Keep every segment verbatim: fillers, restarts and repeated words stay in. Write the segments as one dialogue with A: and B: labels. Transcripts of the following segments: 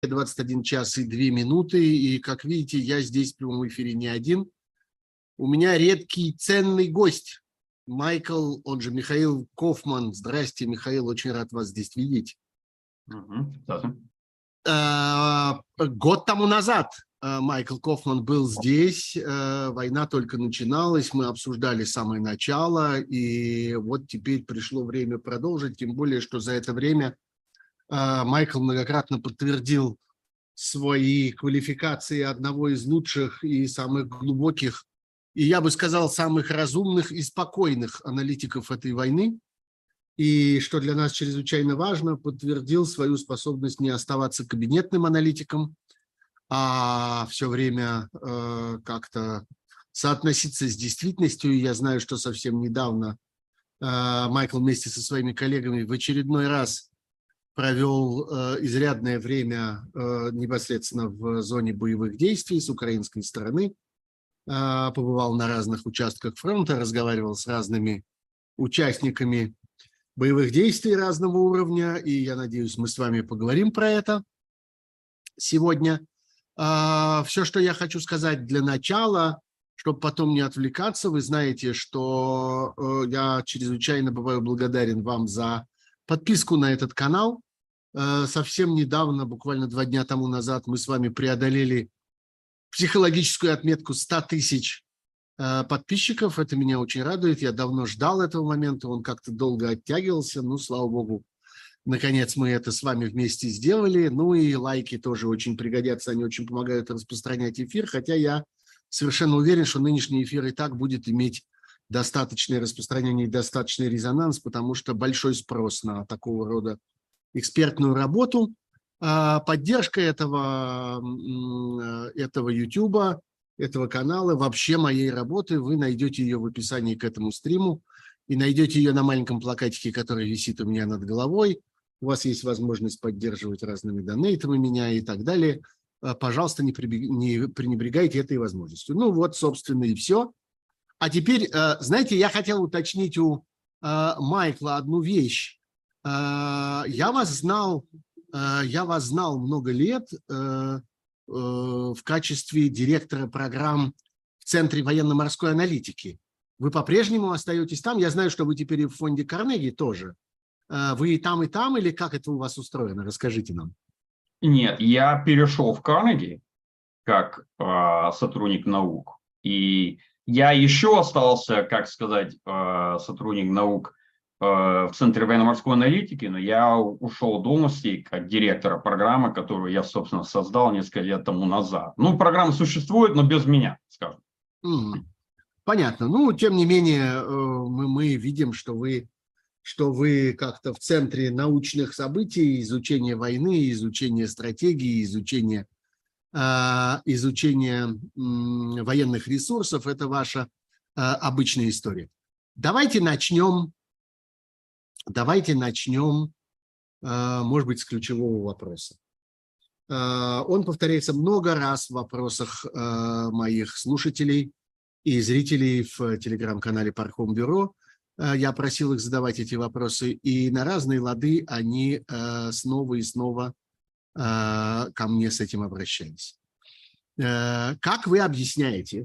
A: двадцать один час и две минуты, и, как видите, я здесь в прямом эфире не один. У меня редкий ценный гость, Майкл, он же Михаил Кофман. Здрасте, Михаил, очень рад вас здесь видеть.
B: Угу. Да.
A: Год тому назад Майкл Кофман был здесь, война только начиналась, мы обсуждали самое начало, и вот теперь пришло время продолжить, тем более, что за это время Майкл многократно подтвердил свои квалификации одного из лучших и самых глубоких, и я бы сказал, самых разумных и спокойных аналитиков этой войны. И, что для нас чрезвычайно важно, подтвердил свою способность не оставаться кабинетным аналитиком, а все время э, как-то соотноситься с действительностью. И я знаю, что совсем недавно э, Майкл вместе со своими коллегами в очередной раз провел э, изрядное время э, непосредственно в зоне боевых действий с украинской стороны, э, побывал на разных участках фронта, разговаривал с разными участниками боевых действий разного уровня, и я надеюсь, мы с вами поговорим про это сегодня. Э, все, что я хочу сказать для начала, чтобы потом не отвлекаться, вы знаете, что э, я чрезвычайно бываю благодарен вам за подписку на этот канал. Совсем недавно, буквально два дня тому назад, мы с вами преодолели психологическую отметку ста тысяч подписчиков. Это меня очень радует. Я давно ждал этого момента. Он как-то долго оттягивался. Ну, слава богу, наконец мы это с вами вместе сделали. Ну и лайки тоже очень пригодятся. Они очень помогают распространять эфир. Хотя я совершенно уверен, что нынешний эфир и так будет иметь достаточное распространение и достаточный резонанс, потому что большой спрос на такого рода экспертную работу. Поддержка этого, этого YouTube, этого канала, вообще моей работы, вы найдете ее в описании к этому стриму и найдете ее на маленьком плакатике, который висит у меня над головой. У вас есть возможность поддерживать разными донейтами меня и так далее. Пожалуйста, не, прибег... не пренебрегайте этой возможностью. Ну вот, собственно, и все. А теперь, знаете, я хотел уточнить у Майкла одну вещь. Я вас знал, я вас знал много лет в качестве директора программ в Центре военно-морской аналитики. Вы по-прежнему остаетесь там? Я знаю, что вы теперь и в фонде Карнеги тоже. Вы и там, и там, или как это у вас устроено? Расскажите нам.
B: Нет, я перешел в Карнеги как э, сотрудник наук. И я еще остался, как сказать, э, сотрудник наук в Центре военно-морской аналитики, но я ушел должности как директора программы, которую я, собственно, создал несколько лет тому назад. Ну, программа существует, но без меня, скажем.
A: Mm, понятно. Ну, тем не менее, мы, мы видим, что вы, что вы как-то в центре научных событий, изучения войны, изучения стратегии, изучения, э, изучения э, военных ресурсов. Это ваша э, обычная история. Давайте начнем. Давайте начнем, может быть, с ключевого вопроса. Он повторяется много раз в вопросах моих слушателей и зрителей в телеграм-канале Пархом Бюро. Я просил их задавать эти вопросы, и на разные лады они снова и снова ко мне с этим обращались. Как вы объясняете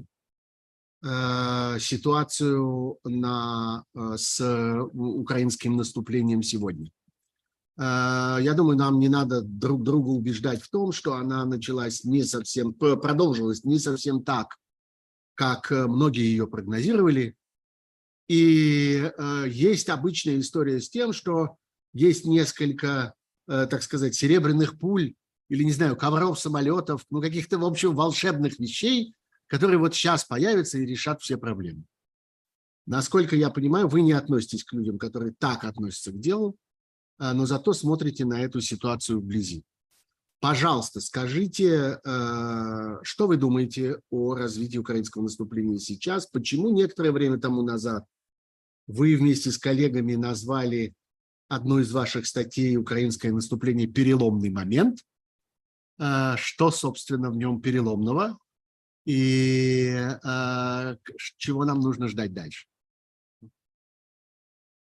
A: ситуацию на, с украинским наступлением сегодня? Я думаю, нам не надо друг друга убеждать в том, что она началась не совсем, продолжилась не совсем так, как многие ее прогнозировали. И есть обычная история с тем, что есть несколько, так сказать, серебряных пуль или, не знаю, ковров, самолетов, ну, каких-то, в общем, волшебных вещей, которые вот сейчас появятся и решат все проблемы. Насколько я понимаю, вы не относитесь к людям, которые так относятся к делу, но зато смотрите на эту ситуацию вблизи. Пожалуйста, скажите, что вы думаете о развитии украинского наступления сейчас? Почему некоторое время тому назад вы вместе с коллегами назвали одну из ваших статей «Украинское наступление. Переломный момент»? Что, собственно, в нем переломного? И э, чего нам нужно ждать дальше?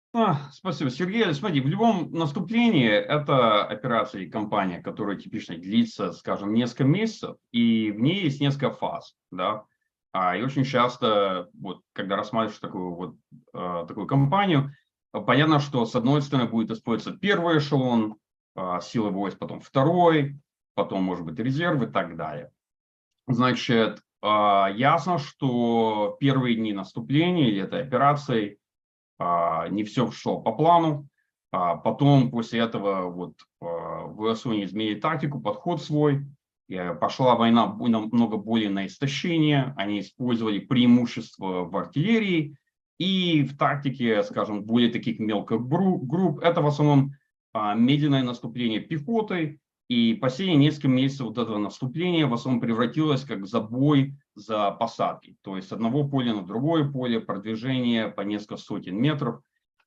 B: А, спасибо, Сергей. Смотри, в любом наступлении это операция и кампания, которая типично длится, скажем, несколько месяцев, и в ней есть несколько фаз, да. А, и очень часто, вот, когда рассматриваешь такую вот а, такую кампанию, а, понятно, что с одной стороны будет использоваться первый эшелон а, силы войск, потом второй, потом, может быть, резерв и так далее. Значит, а, ясно, что первые дни наступления или этой операции а, не все шло по плану. А потом, после этого, вот, а, ВСУ не изменили тактику, подход свой. И пошла война намного более на истощение. Они использовали преимущество в артиллерии и в тактике, скажем, более таких мелких групп. Это в основном а, медленное наступление пехотой. И последние несколько месяцев вот этого наступления в основном превратилось как забой за посадки. То есть с одного поля на другое поле, продвижение по несколько сотен метров.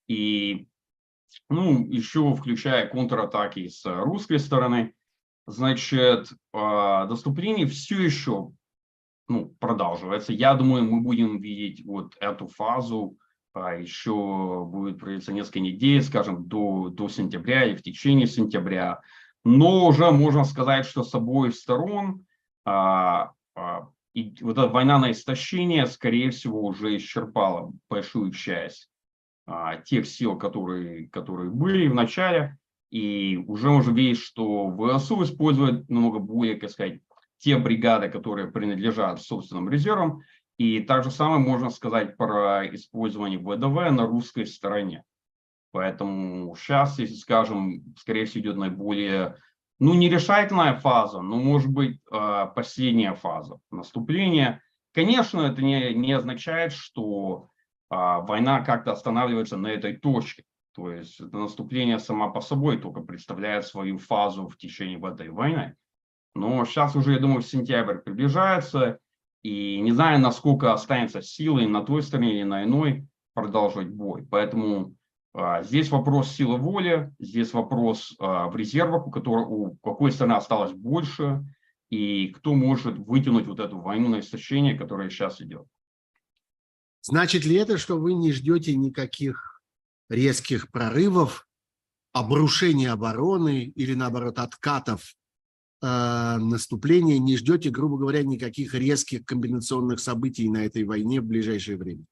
B: И ну, еще включая контратаки с русской стороны. Значит, наступление все еще ну, продолживается. Я думаю, мы будем видеть вот эту фазу еще будет продлиться несколько недель, скажем, до, до сентября или в течение сентября. Но уже можно сказать, что с обоих сторон а, а, и вот эта война на истощение, скорее всего, уже исчерпала большую часть а, тех сил, которые, которые были в начале. И уже можно видеть, что ВСУ использует намного более, так сказать, те бригады, которые принадлежат собственным резервам. И так же самое можно сказать про использование ВДВ на русской стороне. Поэтому сейчас, если скажем, скорее всего, идет наиболее, ну, не решательная фаза, но, может быть, последняя фаза наступления. Конечно, это не, не означает, что война как-то останавливается на этой точке. То есть это наступление само по собой только представляет свою фазу в течение этой войны. Но сейчас уже, я думаю, сентябрь приближается, и не знаю, насколько останется силы на той стороне или на иной продолжить бой. Поэтому а, здесь вопрос силы воли, здесь вопрос а, в резервах, у, которой, у какой страны осталось больше, и кто может вытянуть вот эту войну на истощение, которая сейчас идет.
A: Значит ли это, что вы не ждете никаких резких прорывов, обрушения обороны или, наоборот, откатов э, наступления, не ждете, грубо говоря, никаких резких комбинационных событий на этой войне в ближайшее время?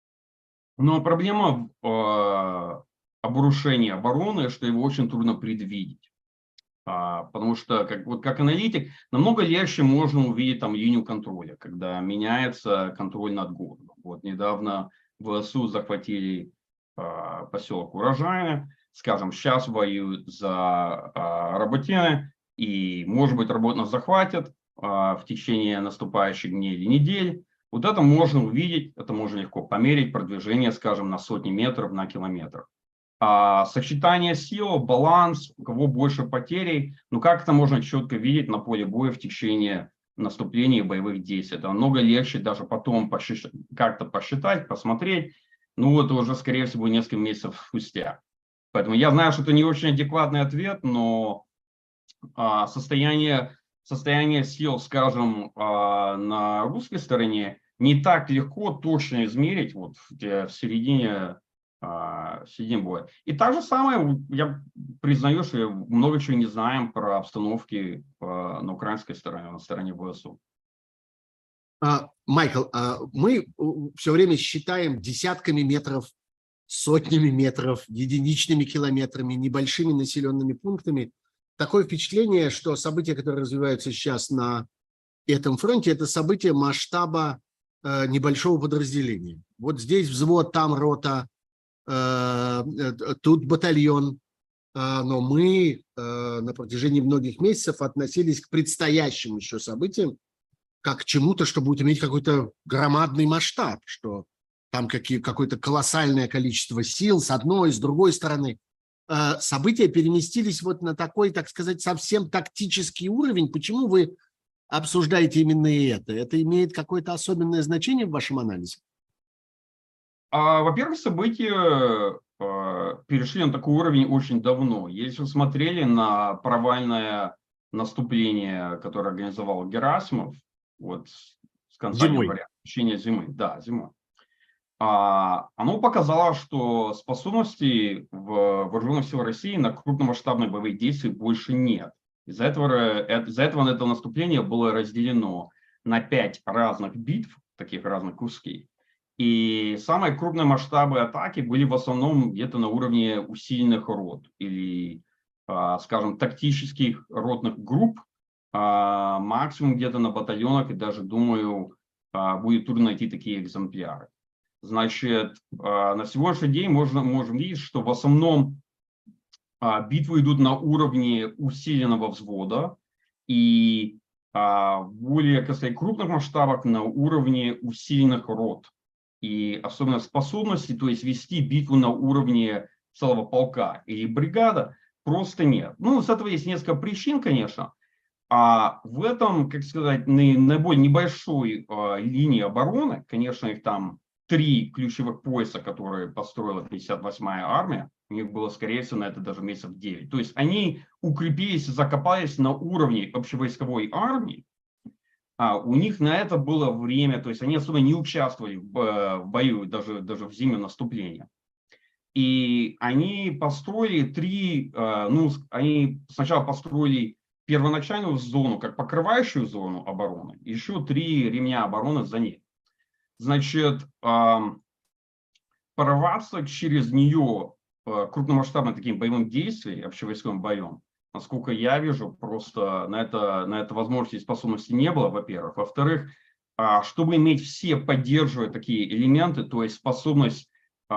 B: Но проблема в э, обрушении обороны, что его очень трудно предвидеть. А, потому что, как, вот, как аналитик, намного легче можно увидеть там линию контроля, когда меняется контроль над городом. Вот недавно ВСУ захватили а, поселок Урожайное, скажем, сейчас воюют за а, Работины, и, может быть, Работино захватят а, в течение наступающих дней или недель. Вот это можно увидеть, это можно легко померить, продвижение, скажем, на сотни метров, на километр. А, сочетание сил, баланс, у кого больше потерей, ну как это можно четко видеть на поле боя в течение наступления и боевых действий. Это намного легче даже потом посчитать, как-то посчитать, посмотреть. Ну вот уже, скорее всего, несколько месяцев спустя. Поэтому я знаю, что это не очень адекватный ответ, но а, состояние, состояние сил, скажем, а, на русской стороне не так легко точно измерить вот в, в середине в середине боя. И так же самое, я признаю, что много чего не знаем про обстановки на украинской стороне, на стороне ВСУ.
A: Майкл, мы все время считаем десятками метров, сотнями метров, единичными километрами, небольшими населенными пунктами. Такое впечатление, что события, которые развиваются сейчас на этом фронте, это события масштаба небольшого подразделения. Вот здесь взвод, там рота, тут батальон, но мы на протяжении многих месяцев относились к предстоящим еще событиям как к чему-то, что будет иметь какой-то громадный масштаб, что там какое-то колоссальное количество сил с одной, с другой стороны. События переместились вот на такой, так сказать, совсем тактический уровень. Почему вы обсуждаете именно это? Это имеет какое-то особенное значение в вашем анализе?
B: Во-первых, события перешли на такой уровень очень давно. Если вы смотрели на провальное наступление, которое организовал Герасимов, вот с конца
A: Зимой.
B: января, в течение зимы, да, зимой, оно показало, что способностей в вооруженных силах России на крупномасштабные боевые действия больше нет. Из-за этого, из-за этого это наступление было разделено на пять разных битв, таких разных кусков. И самые крупные масштабы атаки были в основном где-то на уровне усиленных рот или, скажем, тактических ротных групп, максимум где-то на батальонах, и даже, думаю, будет трудно найти такие экземпляры. Значит, на сегодняшний день можно, можем видеть, что в основном битвы идут на уровне усиленного взвода и в более, так сказать, крупных масштабах на уровне усиленных рот. И особенно способности, то есть вести битву на уровне целого полка или бригада, просто нет. Ну, с этого есть несколько причин, конечно. А в этом, как сказать, наиболее небольшой линии обороны, конечно, их там три ключевых пояса, которые построила пятьдесят восьмая армия, у них было, скорее всего, на это даже месяцев девять. То есть они укрепились и закопались на уровне общевойсковой армии, а у них на это было время, то есть они особо не участвовали в бою, даже, даже в зимнем наступлении. И они построили три, ну, они сначала построили первоначальную зону, как покрывающую зону обороны, еще три ремня обороны за ней. Значит, прорваться через нее крупномасштабным таким боевым действием, общевойсковым боем, насколько я вижу, просто на это, на это возможности и способности не было, во-первых. Во-вторых, чтобы иметь все поддерживая такие элементы, то есть способность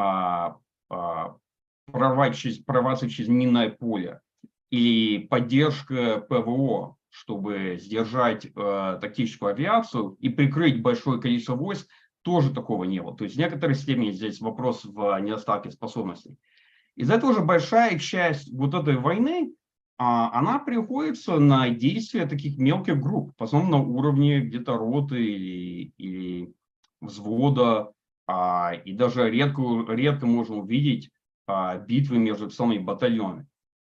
B: прорвать через, прорваться через минное поле или поддержка ПВО, чтобы сдержать э, тактическую авиацию и прикрыть большое количество войск, тоже такого не было. То есть в некоторой степени здесь вопрос в недостатке способностей. Из-за этого же большая часть вот этой войны, а, она приходится на действия таких мелких групп, в основном на уровне где-то роты или, или взвода, а, и даже редко, редко можем увидеть а, битвы между целыми батальонами.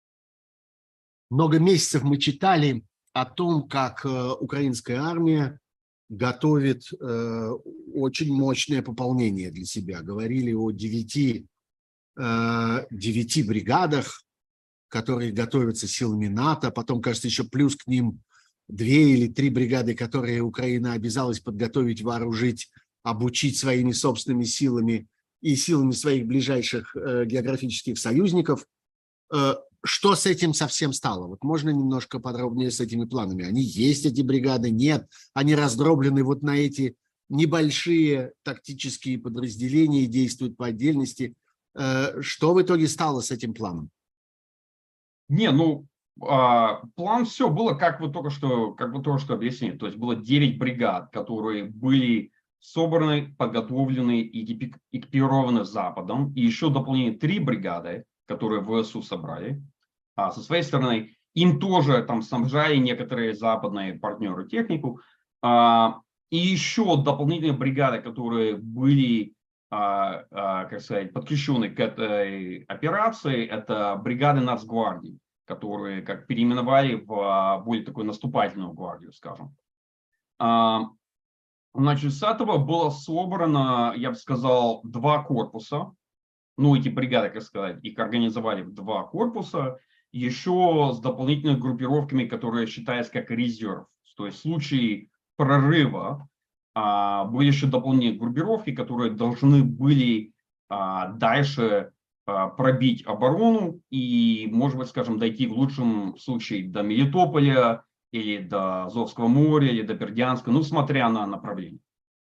A: Много месяцев мы читали о том, как э, украинская армия готовит э, очень мощное пополнение для себя. Говорили о девяти, э, девяти бригадах, которые готовятся силами НАТО. Потом, кажется, еще плюс к ним две или три бригады, которые Украина обязалась подготовить, вооружить, обучить своими собственными силами и силами своих ближайших э, географических союзников. Э, Что с этим совсем стало? Вот можно немножко подробнее с этими планами? Они есть, эти бригады? Нет. Они раздроблены вот на эти небольшие тактические подразделения и действуют по отдельности. Что в итоге стало с этим планом?
B: Не, ну, план все было, как вы только что, как вы только что объяснили. То есть было девять бригад, которые были собраны, подготовлены и экипированы Западом. И еще дополнительно три бригады, которые ВСУ собрали. А со своей стороны, им тоже там снабжали некоторые западные партнеры технику. А, и еще дополнительные бригады, которые были, а, а, как сказать, подключены к этой операции, это бригады Нацгвардии, которые как переименовали в более такую наступательную гвардию, скажем. А, значит, с этого было собрано, я бы сказал, два корпуса. Ну, эти бригады, как сказать, их организовали в два корпуса, еще с дополнительными группировками, которые считаются как резерв. То есть в случае прорыва а, были еще дополнительные группировки, которые должны были а, дальше а, пробить оборону и, может быть, скажем, дойти в лучшем случае до Мелитополя или до Азовского моря, или до Бердянска, ну, смотря на направление.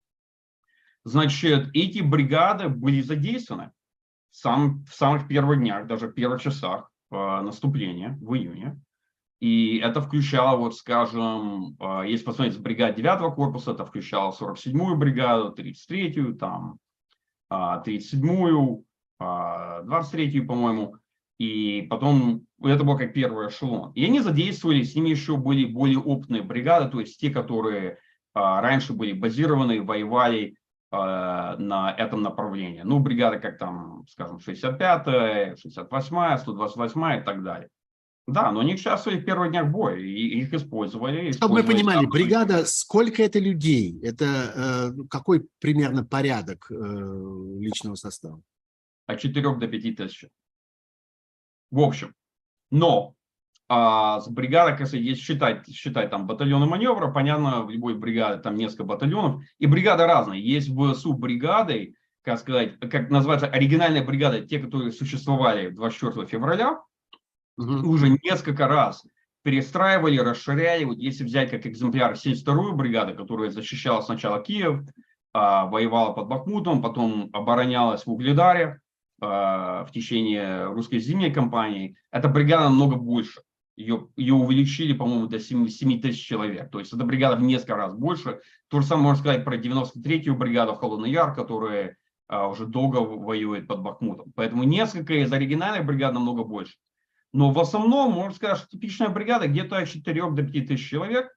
B: Значит, эти бригады были задействованы сам, в самых первых днях, даже в первых часах э, наступления в июне. И это включало, вот скажем, э, если посмотреть с бригад девятого корпуса, это включало сорок седьмую бригаду, тридцать третью, там, э, тридцать седьмую, э, двадцать третью, по-моему. И потом это было как первый эшелон. И они задействовали, с ними еще были более опытные бригады, то есть те, которые э, раньше были базированы, воевали на этом направлении. Ну, бригады, как там, скажем, шестьдесят пятая, шестьдесят восьмая, сто двадцать восьмая и так далее. Да, но они участвовали в первых днях боя, и их использовали.
A: Чтобы мы
B: использовали
A: понимали,
B: там,
A: бригада, сколько это людей? Это э, какой примерно порядок э, личного состава?
B: от четырёх до пяти тысяч. В общем, но а, с бригадой, если есть считать, считать там батальоны маневра, понятно, в любой бригаде там несколько батальонов, и бригады разные. Есть в ВСУ-бригадой, как сказать, как называется, оригинальная бригада, те, которые существовали двадцать четвёртого февраля,
A: Угу.
B: уже несколько раз перестраивали, расширяли. Вот если взять как экземпляр семьдесят вторую бригаду, которая защищала сначала Киев, а, воевала под Бахмутом, потом оборонялась в Угледаре а, в течение русской зимней кампании, эта бригада намного больше. Ее, ее увеличили, по-моему, до семи тысяч человек. То есть эта бригада в несколько раз больше. То же самое можно сказать про девяносто третью бригаду Холодный Яр, которая а, уже долго воюет под Бахмутом. Поэтому несколько из оригинальных бригад намного больше. Но в основном, можно сказать, что типичная бригада где-то от четырёх до пяти тысяч человек,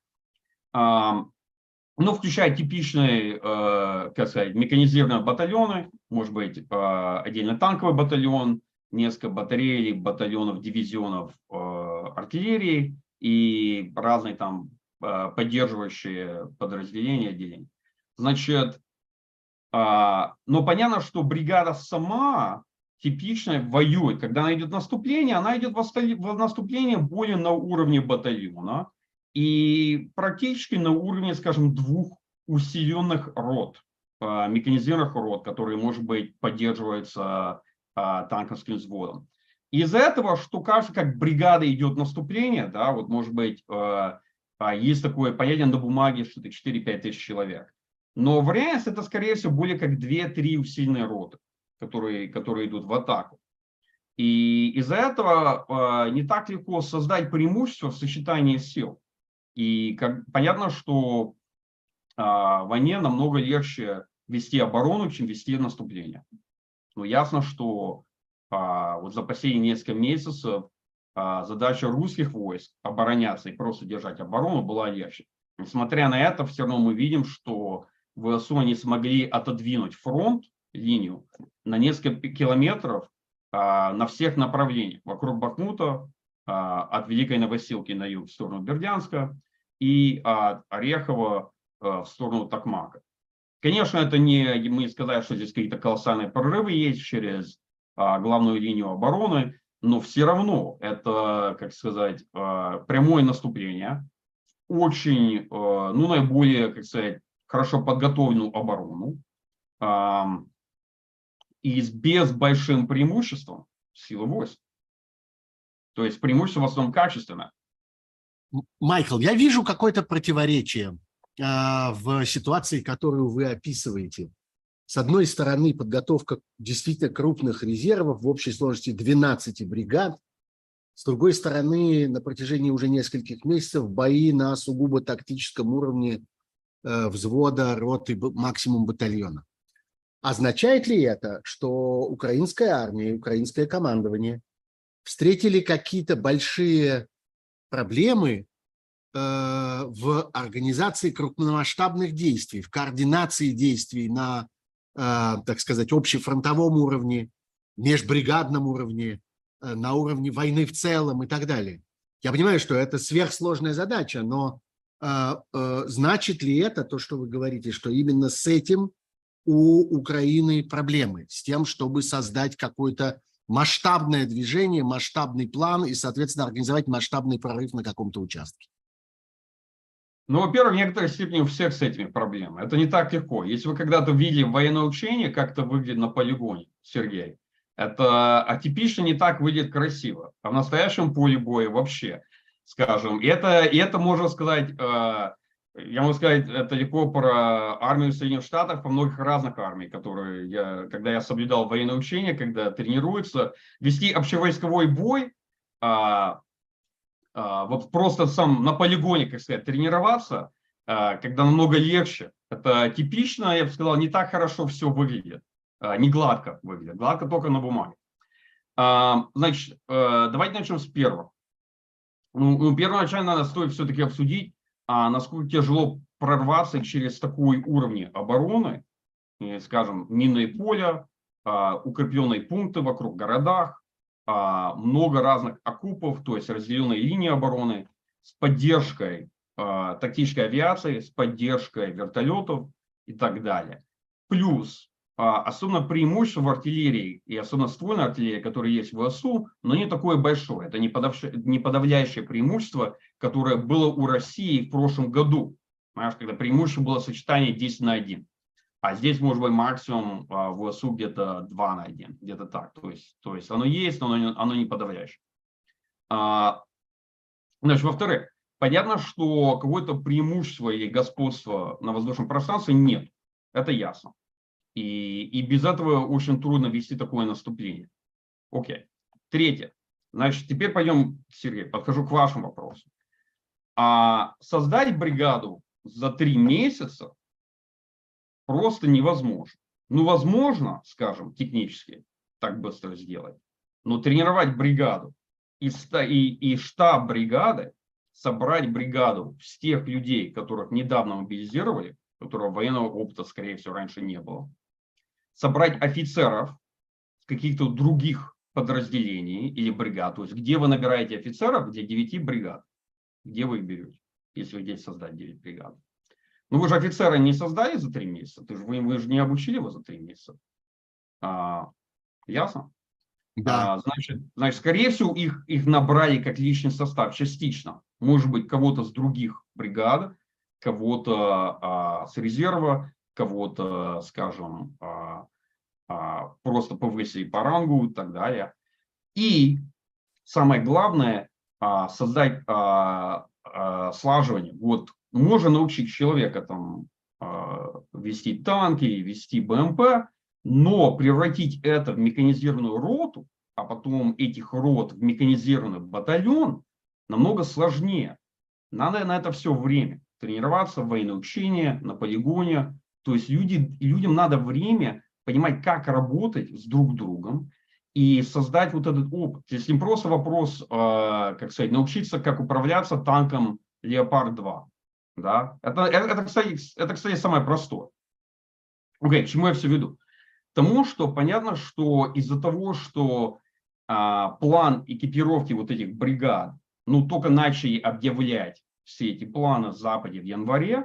B: а, ну, включая типичные, э, как сказать, механизированные батальоны, может быть, э, отдельно танковый батальон, несколько батарей или батальонов, дивизионов э, артиллерии и разные там э, поддерживающие подразделения, отделения. Значит, э, но понятно, что бригада сама типично воюет. Когда она идет в наступление, она идет в наступление более на уровне батальона и практически на уровне, скажем, двух усиленных рот, механизированных рот, которые, может быть, поддерживаются танковским взводом. Из-за этого, что кажется, как бригада идет в наступление, да, вот может быть, есть такое понятие на бумаге, что это четыре-пять тысяч человек. Но в реальности это, скорее всего, более как две-три усиленные роты, которые, которые идут в атаку. И из-за этого э, не так легко создать преимущество в сочетании сил. И как, понятно, что э, в войне намного легче вести оборону, чем вести наступление. Но ясно, что э, вот за последние несколько месяцев э, задача русских войск обороняться и просто держать оборону была легче. Несмотря на это, все равно мы видим, что в ВСУ они смогли отодвинуть фронт, линию на несколько километров а, на всех направлениях. Вокруг Бахмута, а, от Великой Новосилки на юг в сторону Бердянска и от Орехова а, в сторону Токмака. Конечно, это не мы сказали, что здесь какие-то колоссальные прорывы есть через а, главную линию обороны, но все равно это, как сказать, а, прямое наступление, очень, а, ну, наиболее, как сказать, хорошо подготовленную оборону, а, и с без большим преимуществом силы войск. То есть преимущество в основном качественное.
A: Майкл, я вижу какое-то противоречие э, в ситуации, которую вы описываете. С одной стороны, подготовка действительно крупных резервов в общей сложности двенадцати бригад. С другой стороны, на протяжении уже нескольких месяцев бои на сугубо тактическом уровне э, взвода, роты, максимум батальона. Означает ли это, что украинская армия, украинское командование встретили какие-то большие проблемы э, в организации крупномасштабных действий, в координации действий на, э, так сказать, общефронтовом уровне, межбригадном уровне, э, на уровне войны в целом и так далее? Я понимаю, что это сверхсложная задача, но э, э, значит ли это, то, что вы говорите, что именно с этим у Украины проблемы, с тем, чтобы создать какое-то масштабное движение, масштабный план и, соответственно, организовать масштабный прорыв на каком-то участке?
B: Ну, во-первых, в некоторой степени у всех с этими проблемы. Это не так легко. Если вы когда-то видели военное учение, как это выглядит на полигоне, Сергей, это атипично не так выглядит красиво. А в настоящем поле боя вообще, скажем, и это, и это можно сказать, э, я могу сказать, это легко про армию Соединенных Штатов, по многих разных армий, которые я, когда я соблюдал военное учение, когда тренируются, вести общевойсковой бой, э, вот просто сам на полигоне, как сказать, тренироваться, когда намного легче. Это типично, я бы сказал, не так хорошо все выглядит, не гладко выглядит, гладко только на бумаге. Значит, давайте начнем с первого. Ну, первоначально надо стоит все-таки обсудить, насколько тяжело прорваться через такой уровень обороны, скажем, минные поля, укрепленные пункты вокруг городах, много разных окопов, то есть разделенные линии обороны с поддержкой тактической авиации, с поддержкой вертолетов и так далее. Плюс, особенно преимущество в артиллерии и особенно ствольной артиллерии, которая есть в ВСУ, но не такое большое. Это не подавляющее преимущество, которое было у России в прошлом году. Понимаешь, когда преимущество было сочетание десять на один. А здесь может быть максимум в ВСУ где-то два на один, где-то так. То есть, то есть оно есть, но оно, оно не подавляющее. Значит, во-вторых, понятно, что какое-то преимущество или господство на воздушном пространстве нет. Это ясно. И, и без этого очень трудно вести такое наступление. Окей. Третье. Значит, теперь пойдем, Сергей, подхожу к вашему вопросу. А создать бригаду за три месяца просто невозможно. Ну, возможно, скажем, технически так быстро сделать. Но тренировать бригаду и, и, и штаб бригады, собрать бригаду с тех людей, которых недавно мобилизировали, у которых военного опыта, скорее всего, раньше не было, собрать офицеров с каких-то других подразделений или бригад. То есть, где вы набираете офицеров для девяти бригад? Где вы их берете, если вы здесь создать девять бригад? Ну, вы же офицера не создали за три месяца, ты же, вы, вы же не обучили его за три месяца. А, ясно?
A: Да.
B: А, значит, значит, скорее всего, их, их набрали как личный состав частично. Может быть, кого-то с других бригад, кого-то а, с резерва, кого-то, скажем, а, а, просто повысили по рангу и так далее. И самое главное, а, создать а, а, слаживание. Вот можно научить человека там вести танки, вести БМП, но превратить это в механизированную роту, а потом этих рот в механизированный батальон, намного сложнее. Надо на это все время тренироваться в военное учение, на полигоне. То есть люди, людям надо время понимать, как работать с друг другом и создать вот этот опыт. Если просто вопрос, как сказать, научиться, как управляться танком Леопард два. Да? Это, это, кстати, это, кстати, самое простое. Окей, к чему я все веду? К тому, что понятно, что из-за того, что а, план экипировки вот этих бригад, ну, только начали объявлять все эти планы в Западе в январе,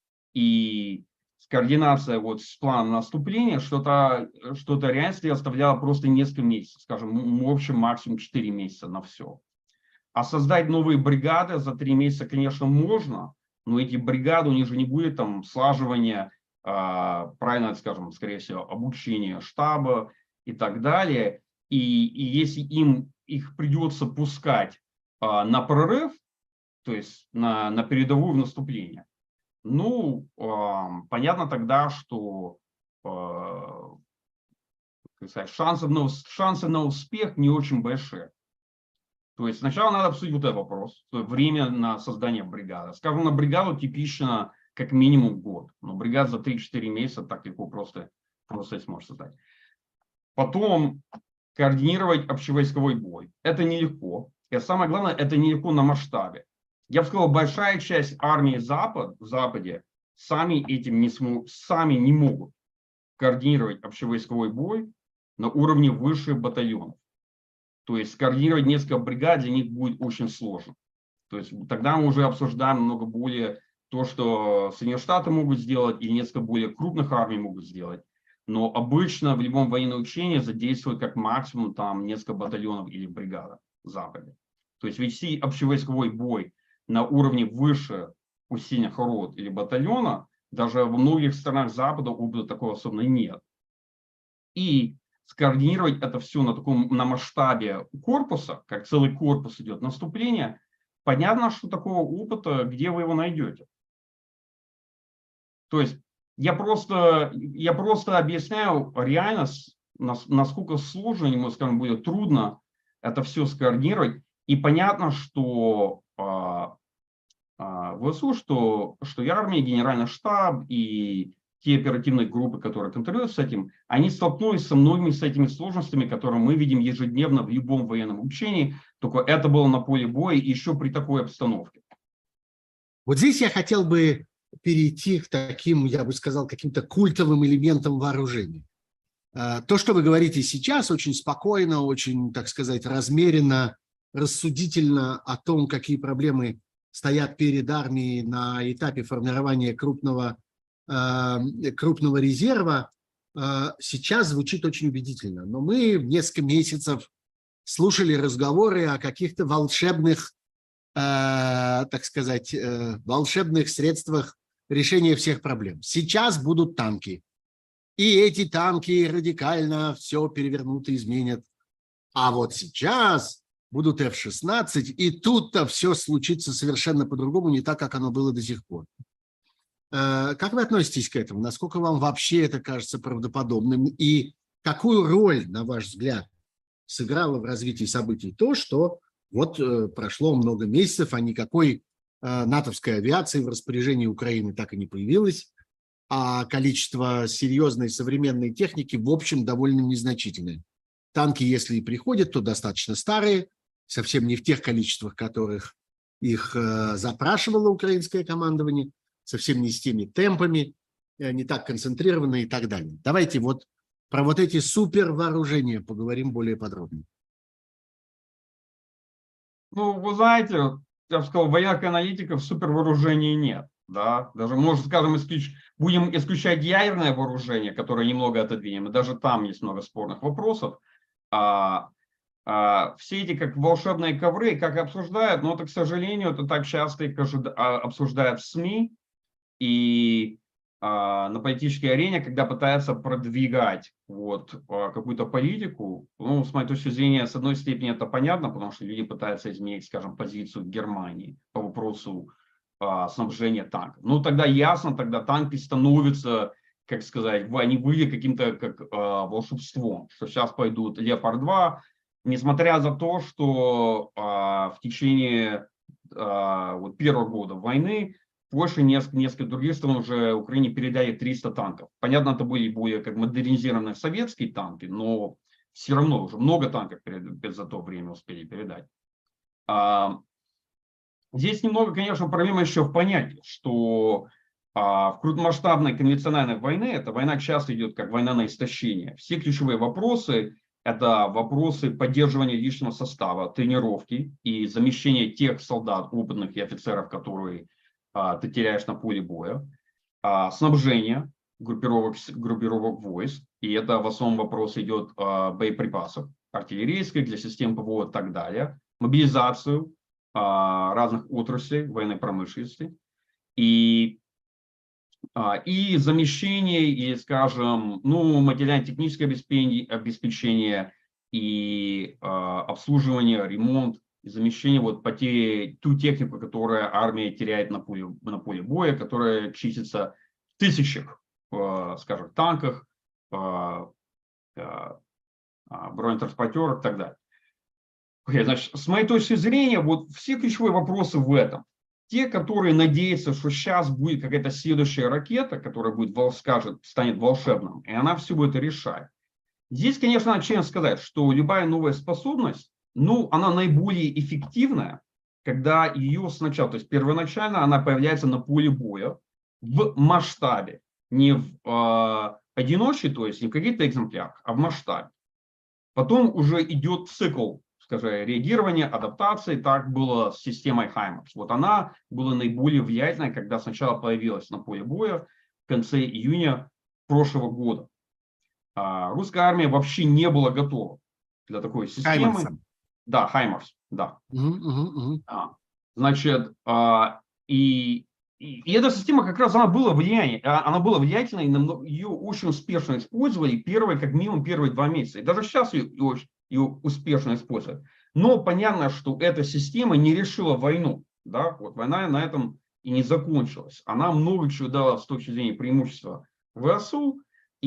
B: и координация вот с планом наступления, что-то что-то реально оставляло просто несколько месяцев, скажем, в общем, максимум четыре месяца на все. А создать новые бригады за три месяца, конечно, можно, но эти бригады, у них же не будет там слаживания, правильно скажем, скорее всего, обучения штаба и так далее. И, и если им их придется пускать на прорыв, то есть на, на передовую в наступление, ну, понятно тогда, что как сказать, шансы, на, шансы на успех не очень большие. То есть сначала надо обсудить вот этот вопрос, время на создание бригады. Скажем, на бригаду типично как минимум год, но бригад за три-четыре месяца так легко просто, просто не сможешь создать. Потом координировать общевойсковой бой. Это нелегко. И самое главное, это нелегко на масштабе. Я бы сказал, большая часть армии Запад, в Западе сами этим не, смог, сами не могут координировать общевойсковой бой на уровне выше батальонов. То есть скоординировать несколько бригад для них будет очень сложно. То есть тогда мы уже обсуждаем намного более то, что Соединенные Штаты могут сделать, и несколько более крупных армий могут сделать. Но обычно в любом военном учении задействуют как максимум там несколько батальонов или бригада в Западе. То есть вести общевойсковой бой на уровне выше усиленных рот или батальона, даже во многих странах Запада опыта такого особенно нет. И скоординировать это все на таком на масштабе корпуса, как целый корпус идет наступление, понятно, что такого опыта, где вы его найдете. То есть я просто, я просто объясняю реально, насколько сложно, ему, скажем, будет трудно это все скоординировать. И понятно, что а, а, в ВСУ, что, что и армия, и генеральный штаб, и те оперативные группы, которые контролируют с этим, они столкнулись со многими с этими сложностями, которые мы видим ежедневно в любом военном учении, только это было на поле боя еще при такой обстановке.
A: Вот здесь я хотел бы перейти к таким, я бы сказал, каким-то культовым элементам вооружения. То, что вы говорите сейчас, очень спокойно, очень, так сказать, размеренно, рассудительно о том, какие проблемы стоят перед армией на этапе формирования крупного, крупного резерва, сейчас звучит очень убедительно. Но мы несколько месяцев слушали разговоры о каких-то волшебных, так сказать, волшебных средствах решения всех проблем. Сейчас будут танки. И эти танки радикально все перевернут и изменят. А вот сейчас будут эф шестнадцать, и тут-то все случится совершенно по-другому, не так, как оно было до сих пор. Как вы относитесь к этому? Насколько вам вообще это кажется правдоподобным? И какую роль, на ваш взгляд, сыграло в развитии событий то, что вот прошло много месяцев, а никакой натовской авиации в распоряжении Украины так и не появилось, а количество серьезной современной техники, в общем, довольно незначительное. Танки, если и приходят, то достаточно старые, совсем не в тех количествах, которых их э, запрашивало украинское командование, совсем не с теми темпами, э, не так концентрированные и так далее. Давайте вот про вот эти супервооружения поговорим более подробно.
B: Ну, вы знаете, я бы сказал, военных аналитиков супервооружений нет. Да? Даже, может, скажем, исключ... будем исключать ядерное вооружение, которое немного отодвинем, и даже там есть много спорных вопросов. А, а, все эти как волшебные ковры, как обсуждают, но это, к сожалению, это так часто их обсуждают в СМИ и а, на политической арене, когда пытаются продвигать вот, какую-то политику. Ну, с моей точки зрения, с одной степени это понятно, потому что люди пытаются изменить, скажем, позицию Германии по вопросу а, снабжения танков. Ну, тогда ясно, тогда танки становятся, как сказать, они были каким-то как а, волшебством, что сейчас пойдут Леопард два, несмотря за то, что а, в течение а, вот, первого года войны Польша и несколько, несколько других стран уже Украине передали триста танков. Понятно, это были более как модернизированные советские танки, но все равно уже много танков перед, за то время успели передать. А, здесь немного, конечно, проблема еще в понятии, что а, в крупномасштабной конвенциональной войне, эта война часто идет как война на истощение. Все ключевые вопросы – это вопросы поддерживания личного состава, тренировки и замещения тех солдат, опытных и офицеров, которые ты теряешь на поле боя, снабжение группировок, группировок войск, и это в основном вопрос идет боеприпасов, артиллерийских, для систем ПВО и так далее, мобилизацию разных отраслей военной промышленности и, и замещение, и, скажем, ну, материально-техническое обеспечение, обеспечение и обслуживание, ремонт, замещение вот потери, ту технику, которую армия теряет на поле, на поле боя, которая числится в тысячах, э, скажем, танках, э, э, бронетранспортерах и так далее. Okay, значит, с моей точки зрения, вот все ключевые вопросы в этом. Те, которые надеются, что сейчас будет какая-то следующая ракета, которая будет, скажет, станет волшебным, и она все будет решать. Здесь, конечно, надо честно сказать, что любая новая способность, ну, она наиболее эффективная, когда ее сначала, то есть первоначально она появляется на поле боя в масштабе, не в э, одиночке, то есть не в каких-то экземплярах, а в масштабе. Потом уже идет цикл, скажем, реагирования, адаптации. Так было с системой Хаймарс. Вот она была наиболее влиятельной, когда сначала появилась на поле боя в конце июня прошлого года. А русская армия вообще не была готова для такой системы.
A: Хаймарсом.
B: Да, Хаймарс, да.
A: Угу, угу, угу.
B: А, значит, а, и, и, и эта система как раз, она была влияние, она была влиятельной, ее очень успешно использовали первые, как минимум, первые два месяца. И даже сейчас ее, ее, ее успешно используют. Но понятно, что эта система не решила войну. Да? Вот война на этом и не закончилась. Она много чего дала с точки зрения преимущества ВСУ,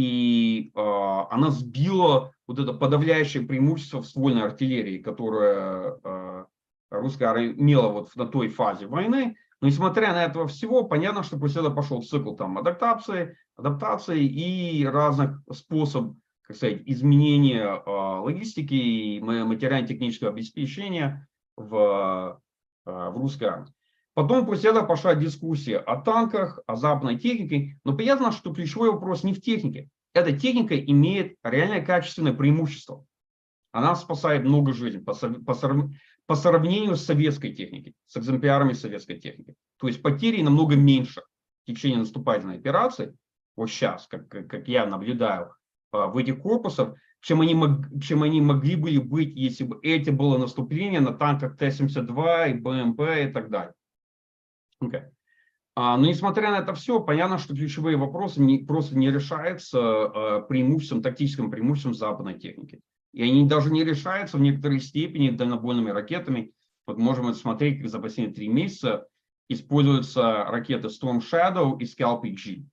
B: и э, она сбила вот это подавляющее преимущество в ствольной артиллерии, которое э, русская армия имела вот на той фазе войны. Но несмотря на это всего, понятно, что после этого пошел цикл там, адаптации, адаптации и разных способов, как сказать, изменения э, логистики и материально-технического обеспечения в, э, в русской армии. Потом после этого пошла дискуссия о танках, о западной технике. Но понятно, что ключевой вопрос не в технике. эта техника имеет реальное качественное преимущество. Она спасает много жизней по, по, по сравнению с советской техникой, с экземплярами советской техники. То есть потери намного меньше в течение наступательной операции, вот сейчас, как, как я наблюдаю в этих корпусах, чем они, мог, чем они могли были быть, если бы это было наступление на танках Т семьдесят два и БМП и так далее. Okay. А, но несмотря на это все, понятно, что ключевые вопросы не, просто не решаются а, преимуществом, тактическим преимуществом западной техники. И они даже не решаются в некоторой степени дальнобойными ракетами. Вот можем смотреть, как за последние три месяца используются ракеты Storm Shadow и Scalp G.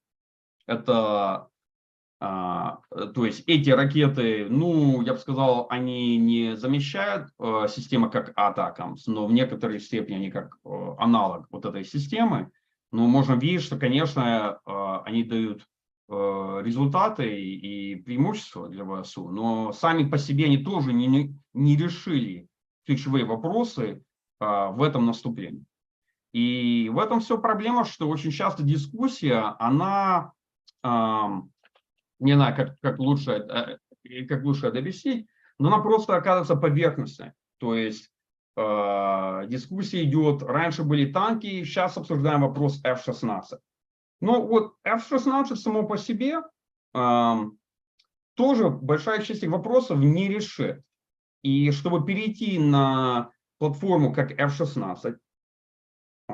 B: Это, а, то есть эти ракеты, ну, я бы сказал, они не замещают а, системы как Атакамс, но в некоторой степени они как а, аналог вот этой системы. Но можно видеть, что, конечно, а, они дают результаты и преимущества для ВСУ, но сами по себе они тоже не, не решили ключевые вопросы а, в этом наступлении. И в этом все проблема, что очень часто дискуссия, она, а, не знаю, как, как, лучше, как лучше это объяснить, но она просто оказывается поверхностной. То есть а, дискуссия идет, раньше были танки, сейчас обсуждаем вопрос эф шестнадцать. Но вот эф шестнадцать само по себе э, тоже большая часть вопросов не решит. И чтобы перейти на платформу как эф шестнадцать, э,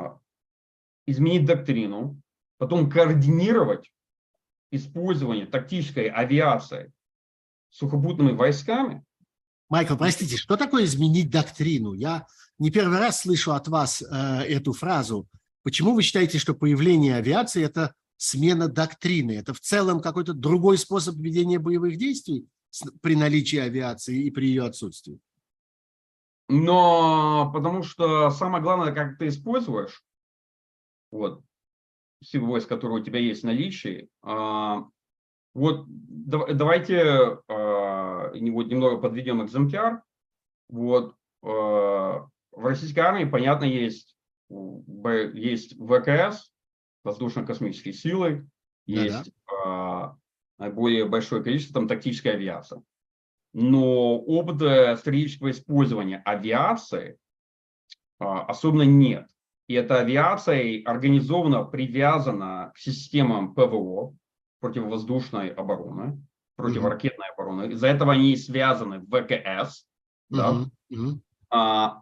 B: изменить доктрину, потом координировать использование тактической авиации сухопутными войсками.
A: Майкл, простите, что такое изменить доктрину? Я не первый раз слышу от вас э, эту фразу. Почему вы считаете, что появление авиации – это смена доктрины? Это в целом какой-то другой способ ведения боевых действий при наличии авиации и при ее отсутствии?
B: Но потому что самое главное, как ты используешь вот, силы войск, которые у тебя есть в наличии. А, вот давайте а, вот, немного подведем экземпляр. Вот, а, в российской армии, понятно, есть есть ВКС, воздушно-космические силы, есть а, более большое количество там тактической авиации. Но опыта стратегического использования авиации а, особенно нет. И эта авиация организованно привязана к системам ПВО, противовоздушной обороны, противоракетной uh-huh. обороны. Из-за этого они и связаны в ВКС. Uh-huh. Да? Uh-huh. А,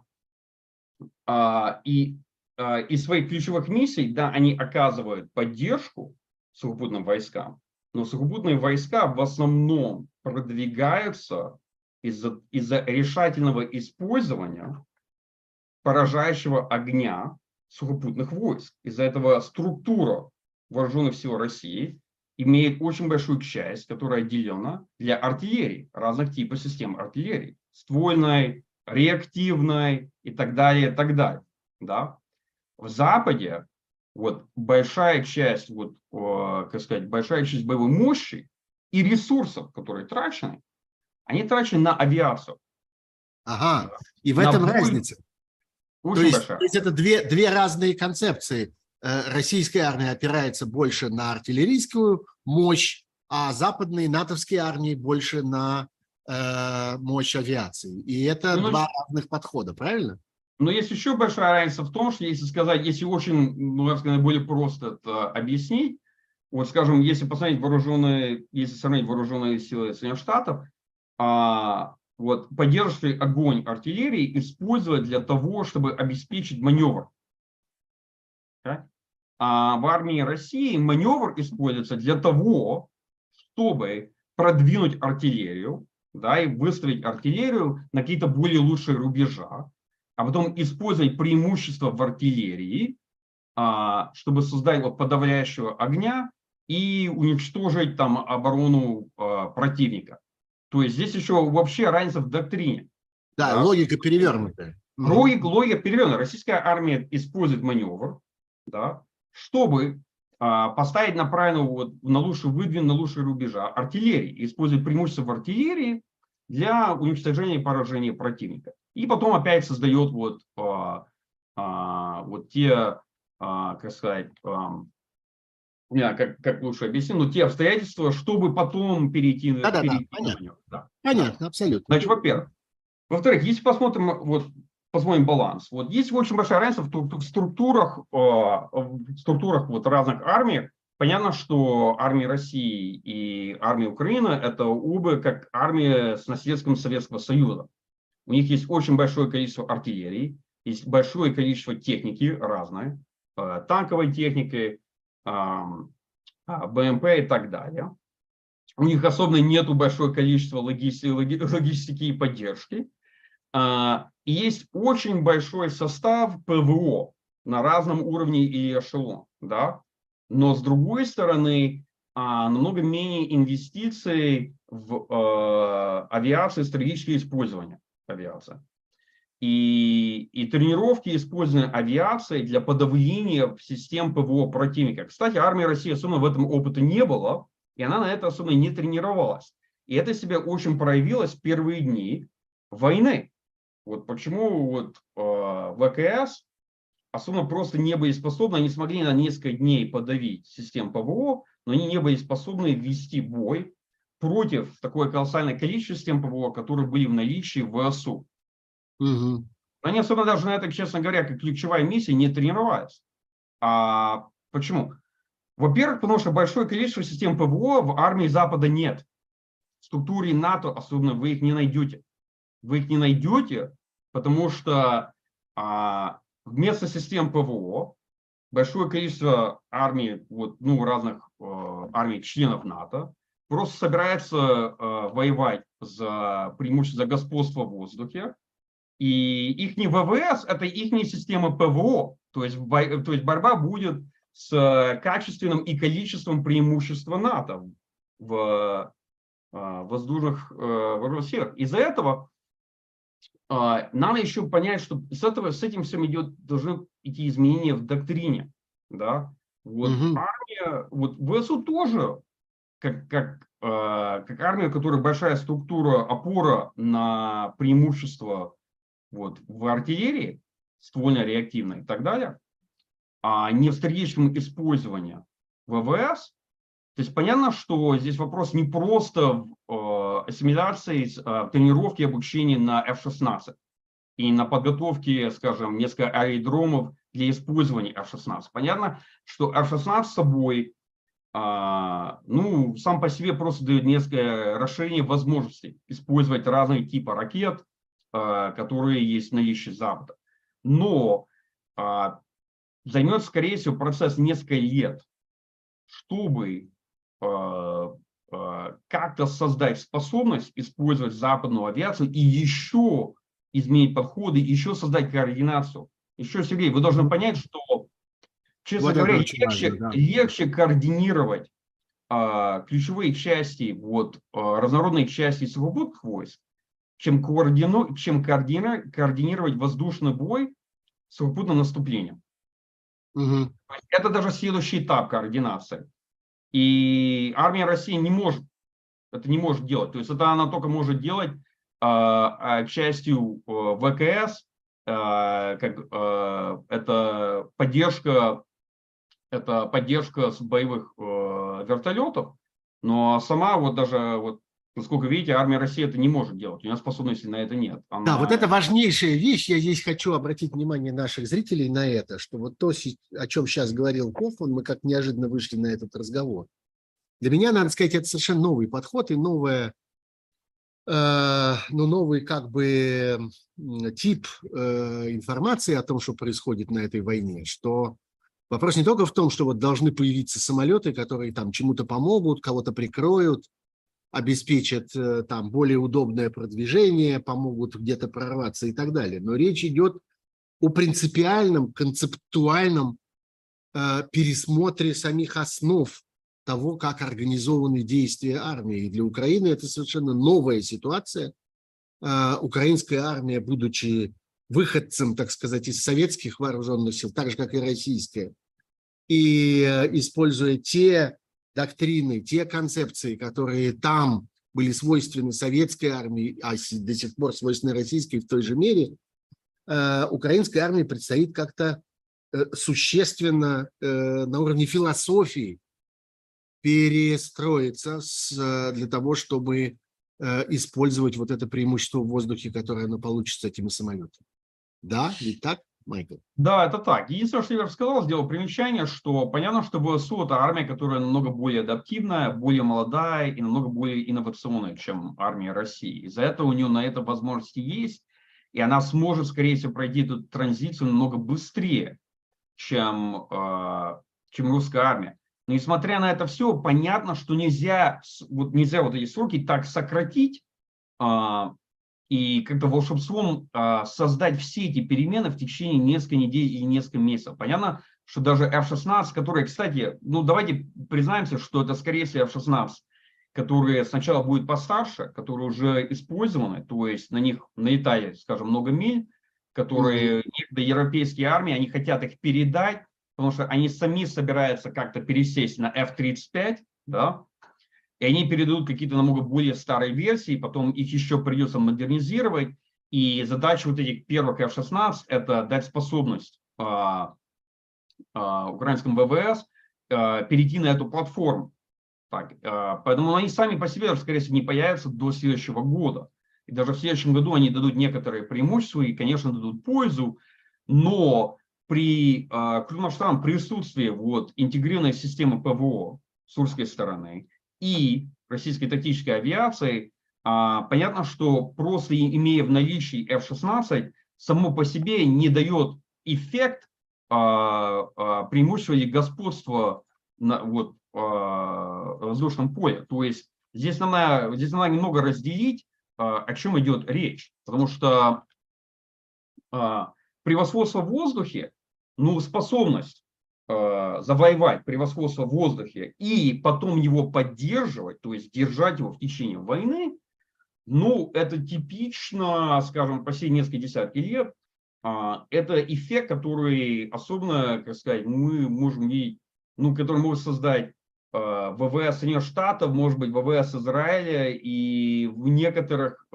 B: а, и из своих ключевых миссий, да, они оказывают поддержку сухопутным войскам, но сухопутные войска в основном продвигаются из-за из-за решательного использования поражающего огня сухопутных войск. Из-за этого структура вооруженных сил России имеет очень большую часть, которая отделена для артиллерии, разных типов систем артиллерии, ствольной, реактивной и так далее, и так далее. Да? В Западе вот большая часть, вот, э, как сказать, большая часть боевой мощи и ресурсов, которые трачены, они трачены на авиацию.
A: Ага, и в
B: на
A: этом
B: бой...
A: разница.
B: Очень
A: то, есть,
B: большая.
A: то есть это две, две разные концепции. Российская армия опирается больше на артиллерийскую мощь, а западные натовские армии больше на э, мощь авиации. И это ну, два разных подхода, правильно?
B: Но есть еще большая разница в том, что если сказать, если очень, ну, сказать, более просто это объяснить, вот, скажем, если посмотреть вооруженные, если сравнить вооруженные силы Соединенных Штатов, а, вот, поддерживающий огонь артиллерии использовать для того, чтобы обеспечить маневр. Okay? А в армии России маневр используется для того, чтобы продвинуть артиллерию, да, и выставить артиллерию на какие-то более лучшие рубежа, а потом использовать преимущество в артиллерии, а, чтобы создать вот подавляющего огня и уничтожить там оборону а, противника. То есть здесь еще вообще разница в доктрине.
A: Да, да? Логика перевернутая.
B: Логика, логика перевернутая. Российская армия использует маневр, да, чтобы а, поставить на правильную, вот, на лучший выдвин, на лучшие рубежа артиллерии. Использует преимущество в артиллерии для уничтожения и поражения противника. И потом опять создает вот, а, а, вот те, а, как сказать, а, Я как, как лучше объясню, но те обстоятельства, чтобы потом перейти,
A: Да, да, да,
B: перейти на
A: понятно.
B: него. Да.
A: Понятно, абсолютно.
B: Значит, во-первых. Во-вторых, если посмотрим, вот, посмотрим баланс, вот есть очень большая разница в структурах, в структурах вот разных армий. Понятно, что армия России и армия Украины – это оба как армия с наследством Советского Союза. У них есть очень большое количество артиллерии, есть большое количество техники разной, танковой техники, БМП и так далее. У них особенно нету большое количество логистики, логистики и поддержки. И есть очень большой состав ПВО на разном уровне и эшелон. Да? Но с другой стороны, намного менее инвестиций в авиацию, стратегическое использование авиации. И, и тренировки использования авиации для подавления систем ПВО противника. Кстати, армия России особенно в этом опыта не было, и она на это особенно не тренировалась. И это себя очень проявилось в первые дни войны. Вот почему вот, э, ВКС особенно просто не были способны, они смогли на несколько дней подавить систему ПВО, но они не были способны вести бой против такое колоссальное количество систем ПВО, которые были в наличии в ВСУ.
A: Угу.
B: Они особенно даже на это, честно говоря, как ключевая миссия, не тренировались. А почему? Во-первых, потому что большое количество систем ПВО в армии Запада нет. В структуре НАТО особенно вы их не найдете. Вы их не найдете, потому что а, вместо систем ПВО большое количество армий, вот, ну, разных э, армий членов НАТО просто собирается э, воевать за преимущество, за господство в воздухе. И их не ВВС, это их система ПВО. То есть, то есть борьба будет с качественным и количеством преимущества НАТО в воздушных вооруженных силах. Из-за этого надо еще понять, что с, этого, с этим всем идет, должны идти изменения в доктрине. Да? Вот
A: Угу.
B: армия, вот ВСУ тоже, как, как, как армия, у которой большая структура, опора на преимущество вот, в артиллерии, ствольно-реактивной и так далее, а не в стратегическом использовании ВВС. То есть понятно, что здесь вопрос не просто в э, ассимиляции, э, тренировке, обучении на эф шестнадцать и на подготовке, скажем, несколько аэродромов для использования эф шестнадцать. Понятно, что эф шестнадцать с собой э, ну, сам по себе просто дает несколько расширение возможностей использовать разные типы ракет, которые есть в наличии Запада. Но а, займет, скорее всего, процесс несколько лет, чтобы а, а, как-то создать способность использовать западную авиацию и еще изменить подходы, еще создать координацию. Еще, Сергей, вы должны понять, что, честно
A: Вот
B: говоря,
A: легче,
B: важно, да.
A: легче
B: координировать а, ключевые части, вот, а, разнородные части сухопутных войск, чем, координу, чем координи, координировать воздушный бой с сухопутным наступлением.
A: Угу.
B: Это даже следующий этап координации. И армия России не может это не может делать. То есть это она только может делать э, частью э, ВКС, э, как э, это поддержка, это поддержка с боевых э, вертолетов, но сама вот даже вот насколько видите, армия России это не может делать. У нее способности на это нет. Она...
A: Да, вот это важнейшая вещь. Я здесь хочу обратить внимание наших зрителей на это, что вот то, о чем сейчас говорил Кофман, мы как неожиданно вышли на этот разговор. Для меня, надо сказать, это совершенно новый подход и новая, э, ну, новый как бы тип э, информации о том, что происходит на этой войне. Что вопрос не только в том, что вот должны появиться самолеты, которые там чему-то помогут, кого-то прикроют, обеспечат там более удобное продвижение, помогут где-то прорваться и так далее. Но речь идет о принципиальном, концептуальном э, пересмотре самих основ того, как организованы действия армии. И для Украины это совершенно новая ситуация. Э, украинская армия, будучи выходцем, так сказать, из советских вооруженных сил, так же, как и российская, и э, используя те доктрины, те концепции, которые там были свойственны советской армии, а до сих пор свойственны российской в той же мере, э, украинской армии предстоит как-то э, существенно э, на уровне философии перестроиться с, для того, чтобы э, использовать вот это преимущество в воздухе, которое оно получит с этими самолетами. Да, ведь так, Майкл?
B: Да, это так. Единственное, что я бы сказал, сделал примечание, что понятно, что ВСУ – это армия, которая намного более адаптивная, более молодая и намного более инновационная, чем армия России. Из-за этого у нее на это возможности есть, и она сможет, скорее всего, пройти эту транзицию намного быстрее, чем, э, чем русская армия. Но несмотря на это все, понятно, что нельзя вот, нельзя вот эти сроки так сократить, э, и как-то волшебством а, создать все эти перемены в течение нескольких недель или нескольких месяцев. Понятно, что даже эф шестнадцать, которые, кстати, ну давайте признаемся, что это скорее всего эф шестнадцать, которые сначала будут постарше, которые уже использованы, то есть на них налетали, скажем, много миль, которые mm-hmm. некоторые европейские армии, они хотят их передать, потому что они сами собираются как-то пересесть на эф тридцать пять, да, и они передадут какие-то намного более старые версии, потом их еще придется модернизировать. И задача вот этих первых эф шестнадцать – это дать способность а, а, украинскому вэ вэ эс а, перейти на эту платформу. Так, а, поэтому они сами по себе, скорее всего, не появятся до следующего года. И даже в следующем году они дадут некоторые преимущества и, конечно, дадут пользу, но при а, крупномасштабном присутствии вот, интегрированной системы ПВО с русской стороны и российской тактической авиации, а, понятно, что просто имея в наличии эф шестнадцать, само по себе не дает эффект а, а, преимущества или господства на вот, а, воздушном поле. То есть здесь надо, здесь надо немного разделить, а, о чем идет речь. Потому что а, превосходство в воздухе, ну, способность завоевать превосходство в воздухе и потом его поддерживать, то есть держать его в течение войны, ну, это типично, скажем, последние несколько десятков лет, это эффект, который особенно, как сказать, мы можем видеть, ну, который может создать вэ вэ эс Соединенных Штатов, может быть, вэ вэ эс Израиля и в некоторых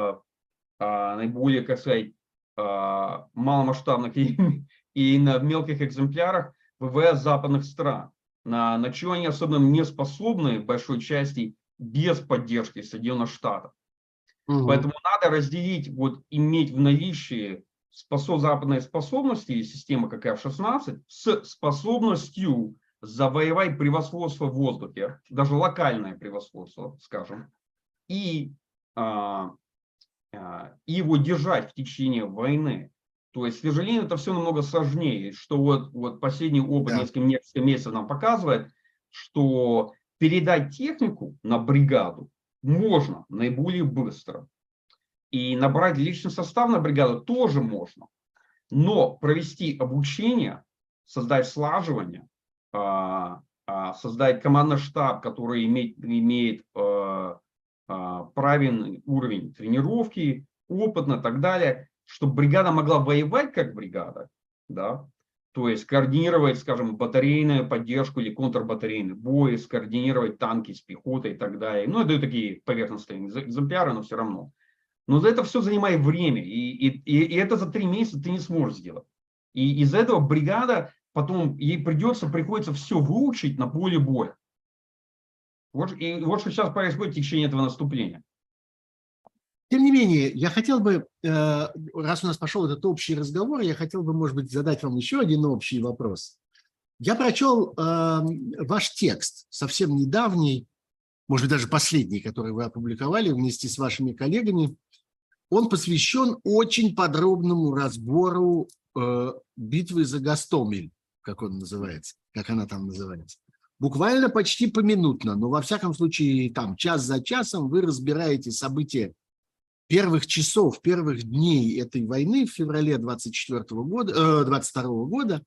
B: наиболее, как сказать, маломасштабных и, и на мелких экземплярах вэ вэ эс западных стран, на, на чего они особенно не способны в большой части без поддержки Соединенных Штатов. Угу. Поэтому надо разделить, вот иметь в наличии способ, западные способности системы как эф шестнадцать с способностью завоевать превосходство в воздухе, даже локальное превосходство, скажем, и, а, а, и его держать в течение войны. То есть, к сожалению, это все намного сложнее, что вот, вот последний опыт да. несколько, несколько месяцев нам показывает, что передать технику на бригаду можно наиболее быстро. И набрать личный состав на бригаду тоже можно. Но провести обучение, создать слаживание, создать командный штаб, который имеет, имеет правильный уровень тренировки, опытно и так далее, чтобы бригада могла воевать как бригада, да, то есть координировать, скажем, батарейную поддержку или контрбатарейный бой, скоординировать танки с пехотой и так далее. Ну, это такие поверхностные экземпляры, но все равно. Но за это все занимает время, и, и, и это за три месяца ты не сможешь сделать. И из-за этого бригада потом, ей придется, приходится все выучить на поле боя. Вот, и вот что сейчас происходит в течение этого наступления.
A: Тем не менее, я хотел бы, раз у нас пошел этот общий разговор, я хотел бы, может быть, задать вам еще один общий вопрос. Я прочел ваш текст, совсем недавний, может быть, даже последний, который вы опубликовали вместе с вашими коллегами. Он посвящен очень подробному разбору битвы за Гостомель, как он называется, как она там называется. Буквально почти поминутно, но во всяком случае, там, час за часом вы разбираете события первых часов, первых дней этой войны в феврале двадцать четвёртого года, двадцать второго года.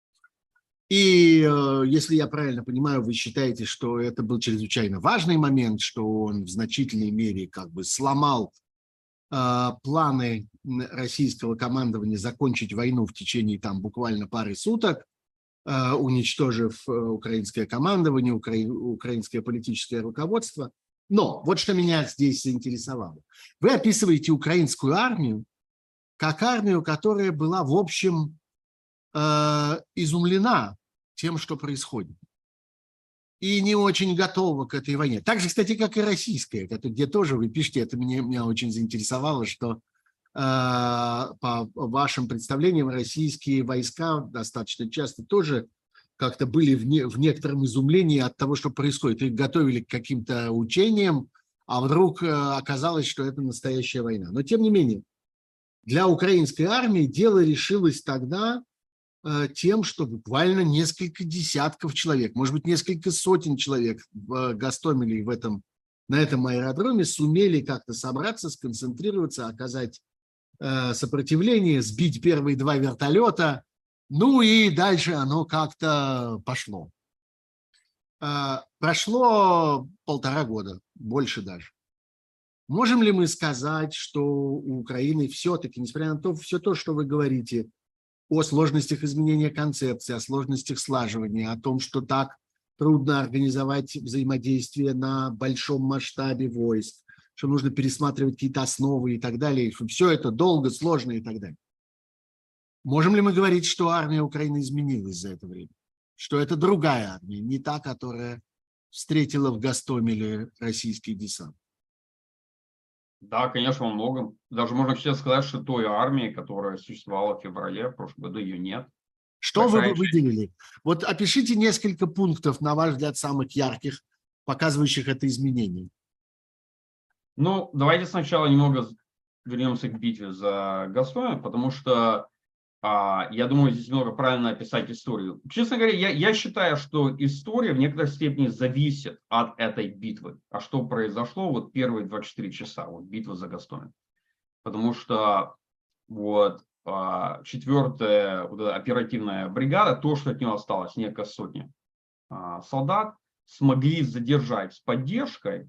A: И если я правильно понимаю, вы считаете, что это был чрезвычайно важный момент, что он в значительной мере как бы сломал э, планы российского командования закончить войну в течение там буквально пары суток, э, уничтожив украинское командование, укра... украинское политическое руководство. Но вот что меня здесь заинтересовало. Вы описываете украинскую армию как армию, которая была, в общем, э, изумлена тем, что происходит. и не очень готова к этой войне. Так же, кстати, как и российская, где тоже вы пишете, это меня, меня очень заинтересовало, что э, по вашим представлениям российские войска достаточно часто тоже как-то были в, не, в некотором изумлении от того, что происходит. Их готовили к каким-то учениям, а вдруг э, оказалось, что это настоящая война. Но тем не менее, для украинской армии дело решилось тогда тем, что буквально несколько десятков человек, может быть, несколько сотен человек в Гостомеле в этом, на этом аэродроме сумели как-то собраться, сконцентрироваться, оказать э, сопротивление, сбить первые два вертолета, ну и дальше оно как-то пошло. Э, прошло полтора года, больше даже. Можем ли мы сказать, что у Украины все-таки, несмотря на то, все то, что вы говорите, о сложностях изменения концепции, о сложностях слаживания, о том, что так трудно организовать взаимодействие на большом масштабе войск, что нужно пересматривать какие-то основы и так далее, что все это долго, сложно и так далее. Можем ли мы говорить, что армия Украины изменилась за это время? Что это другая армия, не та, которая встретила в Гостомеле российский десант?
B: Да, конечно, во многом. Даже можно сейчас сказать, что той армии, которая существовала в феврале, в прошлом году, ее нет.
A: Что вы бы выделили? Вот опишите несколько пунктов, на ваш взгляд, самых ярких, показывающих это изменение.
B: Ну, давайте сначала немного вернемся к битве за Гостомель, потому что а, я думаю, здесь много правильно описать историю. Честно говоря, я, я считаю, что история в некоторой степени зависит от этой битвы. А что произошло вот первые двадцать четыре часа, вот битва за Гостомель. Потому что вот четвертая вот эта оперативная бригада, то, что от нее осталось, несколько сотни а, солдат, смогли задержать с поддержкой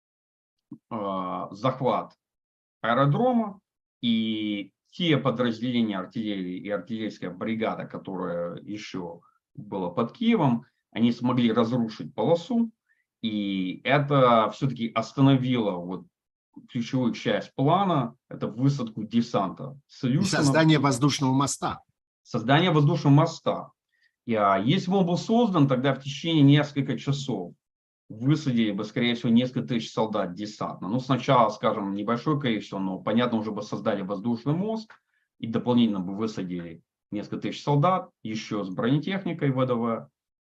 B: а, захват аэродрома, и те подразделения артиллерии и артиллерийская бригада, которая еще была под Киевом, они смогли разрушить полосу, и это все-таки остановило вот ключевую часть плана, это высадку десанта.
A: И создание воздушного моста.
B: Создание воздушного моста. И, а, если бы он был создан, тогда в течение нескольких часов высадили бы, скорее всего, несколько тысяч солдат десантно. Ну, сначала, скажем, небольшое количество, но, понятно, уже бы создали воздушный мост и дополнительно бы высадили несколько тысяч солдат, еще с бронетехникой ВДВ.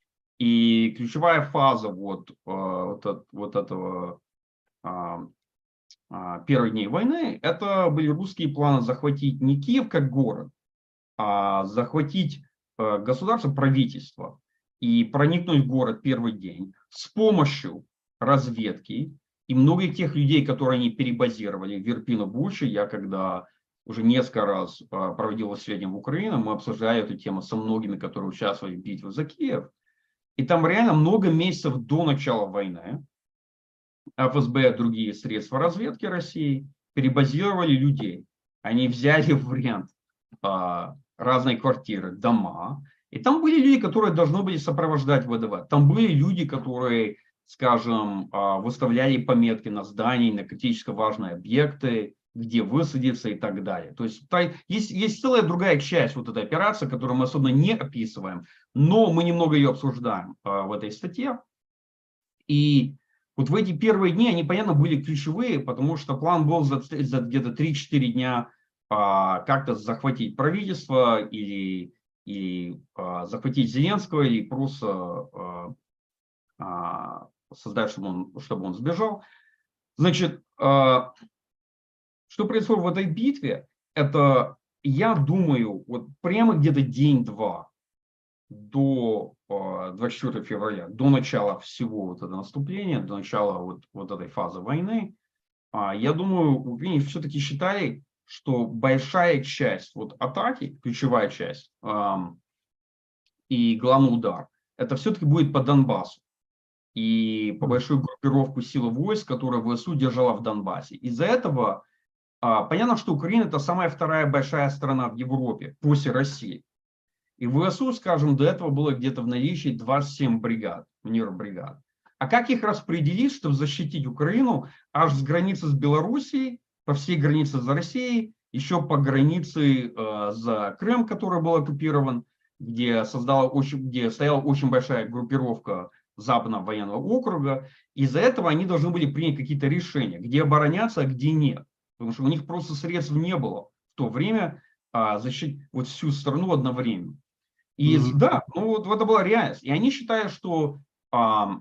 B: И ключевая фаза вот, вот, вот этого первых дней войны, это были русские планы захватить не Киев как город, а захватить государство, правительство и проникнуть в город первый день с помощью разведки. И многих тех людей, которые они перебазировали в Ирпину, Бучу, я когда уже несколько раз проводил исследования в Украине, мы обсуждали эту тему со многими, которые участвовали в битве за Киев. И там реально много месяцев до начала войны эф эс бэ и другие средства разведки России перебазировали людей. Они взяли в аренду а, разные квартиры, дома. И там были люди, которые должны были сопровождать ВДВ. Там были люди, которые, скажем, а, выставляли пометки на здании, на критически важные объекты, где высадиться и так далее. То есть есть, есть целая другая часть вот этой операции, которую мы особенно не описываем, но мы немного ее обсуждаем а, в этой статье. И вот в эти первые дни они, понятно, были ключевые, потому что план был за, за где-то три-четыре дня а, как-то захватить правительство или, или а, захватить Зеленского, или просто а, а, создать, чтобы он, чтобы он сбежал. Значит, а, что происходит в этой битве, это, я думаю, вот прямо где-то день-два до двадцать четвёртого февраля, до начала всего вот этого наступления, до начала вот, вот этой фазы войны, я думаю, украинцы все-таки считали, что большая часть вот атаки, ключевая часть эм, и главный удар, это все-таки будет по Донбассу и по большую группировку сил войск, которая ВСУ держала в Донбассе. Из-за этого э, понятно, что Украина это самая вторая большая страна в Европе после России. И в ВСУ, скажем, до этого было где-то в наличии двадцать семь бригад, бригад. А как их распределить, чтобы защитить Украину аж с границы с Белоруссией, по всей границе за Россией, еще по границе э, за Крым, который был оккупирован, где, создала очень, где стояла очень большая группировка Западного военного округа. Из-за этого они должны были принять какие-то решения, где обороняться, а где нет. Потому что у них просто средств не было в то время а, защитить вот всю страну одновременно. И
A: Mm-hmm.
B: да, ну вот это была реальность. И они считают, что, а,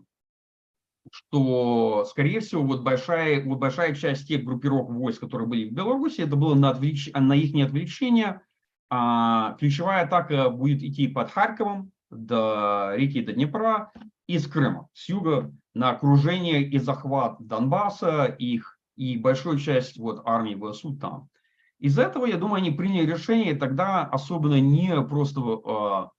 B: что скорее всего, вот большая, вот большая часть тех группировок войск, которые были в Беларуси, это было на, отвлеч... на их неотвлечение. А, ключевая атака будет идти под Харьковом, до реки, до Днепра, из Крыма, с юга, на окружение и захват Донбасса, их и большую часть вот, армии ВСУ там. Из-за этого, я думаю, они приняли решение, и тогда особенно не просто, а,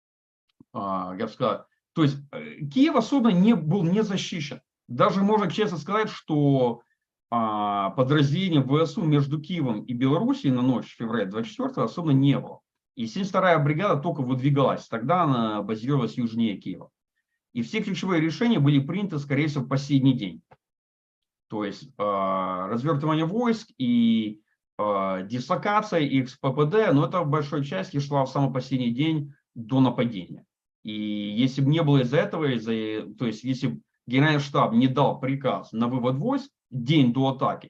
B: а, я бы сказал, то есть Киев особо не был не защищен. Даже можно честно сказать, что а, подразделений ВСУ между Киевом и Белоруссией на ночь февраля двадцать четвёртого особо не было. И семьдесят вторая бригада только выдвигалась, тогда она базировалась южнее Киева. И все ключевые решения были приняты, скорее всего, в последний день. То есть э, развертывание войск и э, дислокация их с ППД, но это в большой части шла в самый последний день до нападения. И если бы не было из-за этого, из-за, то есть если бы генеральный штаб не дал приказ на вывод войск день до атаки,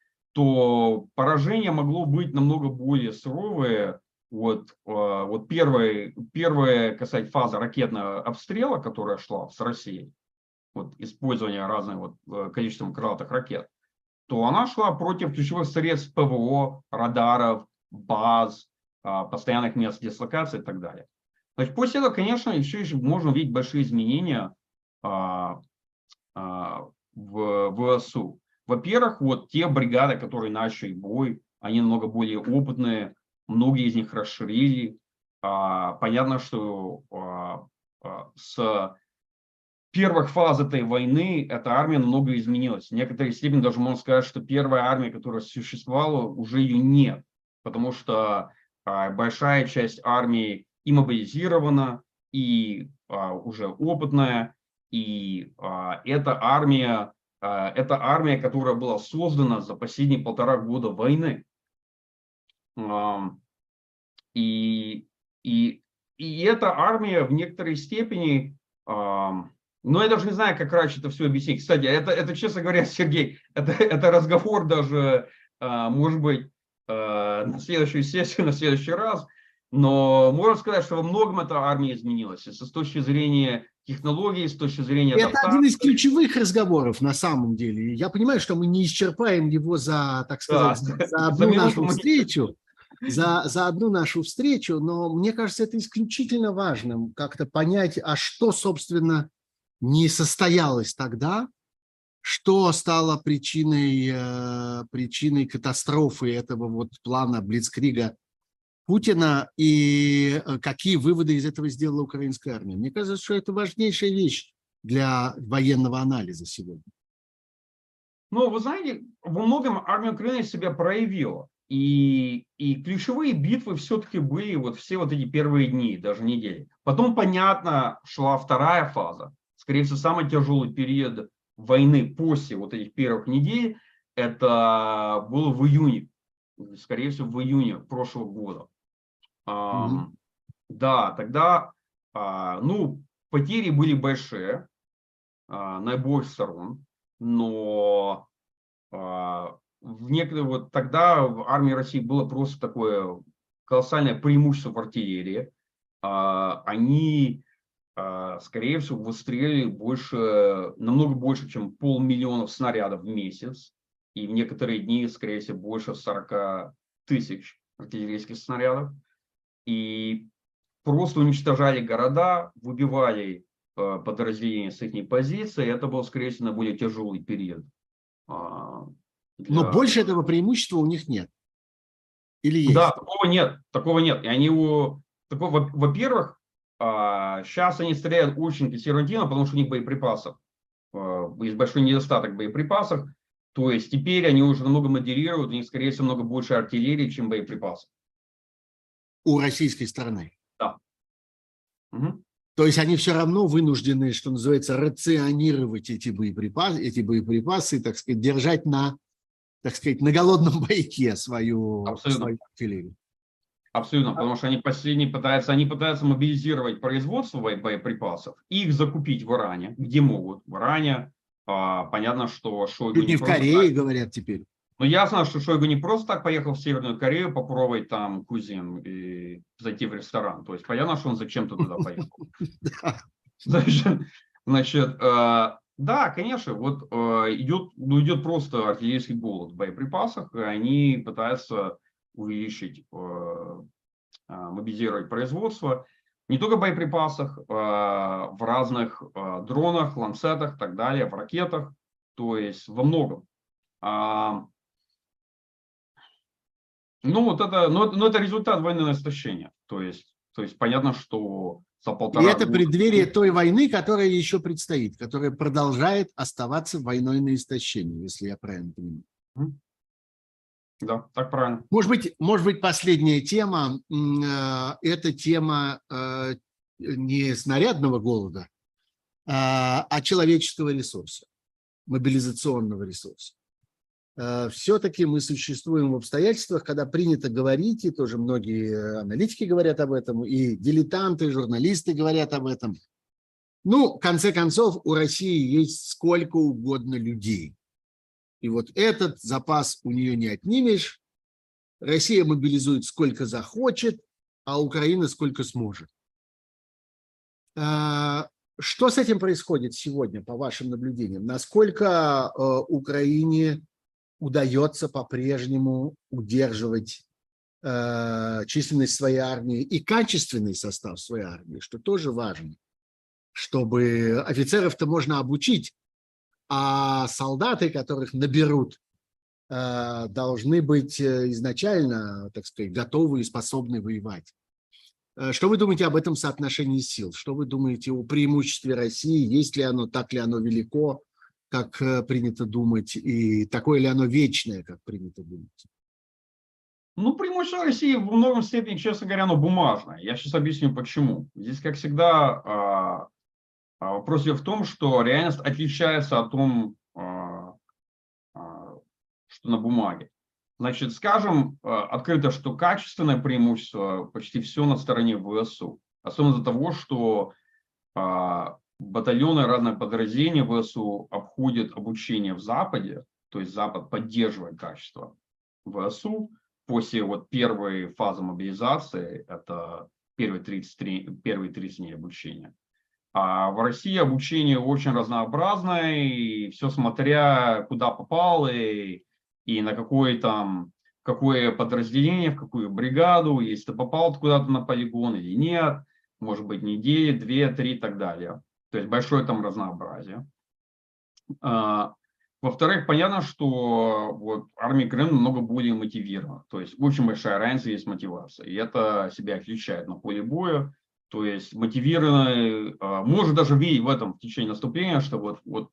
B: то поражение могло быть намного более суровое. Вот, вот первая, первая, кстати, фаза ракетного обстрела, которая шла с Россией, вот использование разных вот, количеством крылатых ракет, то она шла против ключевых средств ПВО, радаров, баз, постоянных мест дислокации и так далее. Значит, после этого, конечно, еще, еще можно увидеть большие изменения а, а, в ВСУ. Во-первых, вот те бригады, которые начали бой, они намного более опытные, многие из них расширили. А, понятно, что а, а, с первых фаз этой войны эта армия намного изменилась. В некоторой степени даже можно сказать, что первая армия, которая существовала, уже ее нет. Потому что а, большая часть армии и мобилизирована, и а, уже опытная. И а, эта армия, а, это армия, которая была создана за последние полтора года войны. А, и, и, и эта армия в некоторой степени... А, но я даже не знаю, как раньше это все объяснить. Кстати, это, это честно говоря, Сергей, это, это разговор даже, а, может быть, а, на следующую сессию, на следующий раз. Но можно сказать, что во многом эта армия изменилась. С точки зрения технологий, с точки зрения
A: Это
B: адаптации.
A: один из ключевых разговоров на самом деле. Я понимаю, что мы не исчерпаем его за, так сказать,
B: Да.
A: за одну за нашу встречу. За, за одну нашу встречу, но мне кажется, это исключительно важным, как-то понять, а что, собственно, не состоялось тогда, что стало причиной, э, причиной катастрофы этого вот плана Блицкрига Путина и какие выводы из этого сделала украинская армия. Мне кажется, что это важнейшая вещь для военного анализа сегодня.
B: Ну, вы знаете, во многом армия Украины себя проявила. И, и ключевые битвы все-таки были вот все вот эти первые дни, даже недели. Потом, понятно, шла вторая фаза. Скорее всего, самый тяжелый период войны после вот этих первых недель, это было в июне. Скорее всего, в июне прошлого года. Mm-hmm. Да, тогда, ну, потери были большие на обоих сторон, но... В некоторые, вот тогда в армии России было просто такое колоссальное преимущество в артиллерии. Они, скорее всего, выстрелили больше, намного больше, чем полмиллиона снарядов в месяц. И в некоторые дни, скорее всего, больше сорока тысяч артиллерийских снарядов. И просто уничтожали города, выбивали подразделения с их позиций. Это был, скорее всего, на более тяжелый период. Для...
A: Но больше этого преимущества у них нет. Или есть?
B: Да, такого нет, такого нет. И они его, такого, во-первых, сейчас они стреляют очень консервативно, потому что у них боеприпасов. Есть большой недостаток боеприпасов. То есть теперь они уже намного модерируют, у них, скорее всего, много больше артиллерии, чем боеприпасов.
A: У российской стороны?
B: Да. Угу.
A: То есть они все равно вынуждены, что называется, рационировать эти боеприпасы, эти боеприпасы, так сказать, держать на, так сказать, на голодном бойке свою, свою артиллерию.
B: Абсолютно, потому что они последние пытаются, они пытаются мобилизировать производство боеприпасов и их закупить в Иране, где могут. В Иране а, понятно, что Шойгу
A: Чуть
B: не
A: не в
B: просто
A: Корее,
B: так.
A: говорят теперь.
B: Но ясно, что Шойгу не просто так поехал в Северную Корею попробовать там кузин и зайти в ресторан. То есть понятно, что он зачем-то туда поехал. Значит, значит э, да, конечно, вот э, идет, ну, идет просто артиллерийский голод в боеприпасах, и они пытаются увеличить, э, э, мобилизировать производство не только в боеприпасах, э, в разных э, дронах, ланцетах и так далее, в ракетах, то есть во многом. А, ну, вот это, ну, это, ну, это результат военного истощения. То есть, то есть понятно, что за
A: И
B: полтора
A: это
B: года...
A: преддверие той войны, которая еще предстоит, которая продолжает оставаться войной на истощение, если я правильно понимаю.
B: Да, так правильно.
A: Может быть, может быть, последняя тема – это тема не снарядного голода, а человеческого ресурса, мобилизационного ресурса. Все-таки мы существуем в обстоятельствах, когда принято говорить, и тоже многие аналитики говорят об этом, и дилетанты, журналисты говорят об этом. Ну, в конце концов, у России есть сколько угодно людей. И вот этот запас у нее не отнимешь. Россия мобилизует сколько захочет, а Украина сколько сможет. Что с этим происходит сегодня, по вашим наблюдениям? Насколько Украине удается по-прежнему удерживать численность своей армии и качественный состав своей армии, что тоже важно, чтобы офицеров-то можно обучить, а солдаты, которых наберут, должны быть изначально, так сказать, готовы и способны воевать. Что вы думаете об этом соотношении сил? Что вы думаете о преимуществе России? Есть ли оно, так ли оно велико, как принято думать, и такое ли оно вечное, как принято думать?
B: Ну, преимущество России в многом степени, честно говоря, оно бумажное. Я сейчас объясню, почему. Здесь, как всегда, вопрос идет в том, что реальность отличается от том, что на бумаге. Значит, скажем открыто, что качественное преимущество почти все на стороне ВСУ. Особенно из-за того, что батальоны, разные подразделения ВСУ обходят обучение в Западе, то есть Запад поддерживает качество ВСУ. После вот первой фазы мобилизации, это первые тридцать три, первые тридцать дней обучения. А в России обучение очень разнообразное, и все смотря куда попал, и, и на какое там, какое подразделение, в какую бригаду, если ты попал куда-то на полигон или нет, может быть недели, две, три и так далее. То есть большое там разнообразие. Во-вторых, понятно, что вот армия Крыма намного более мотивирована. То есть очень большая разница есть мотивация. И это себя отличает на поле боя. То есть мотивированный, может даже видеть в этом в течение наступления, что вот, вот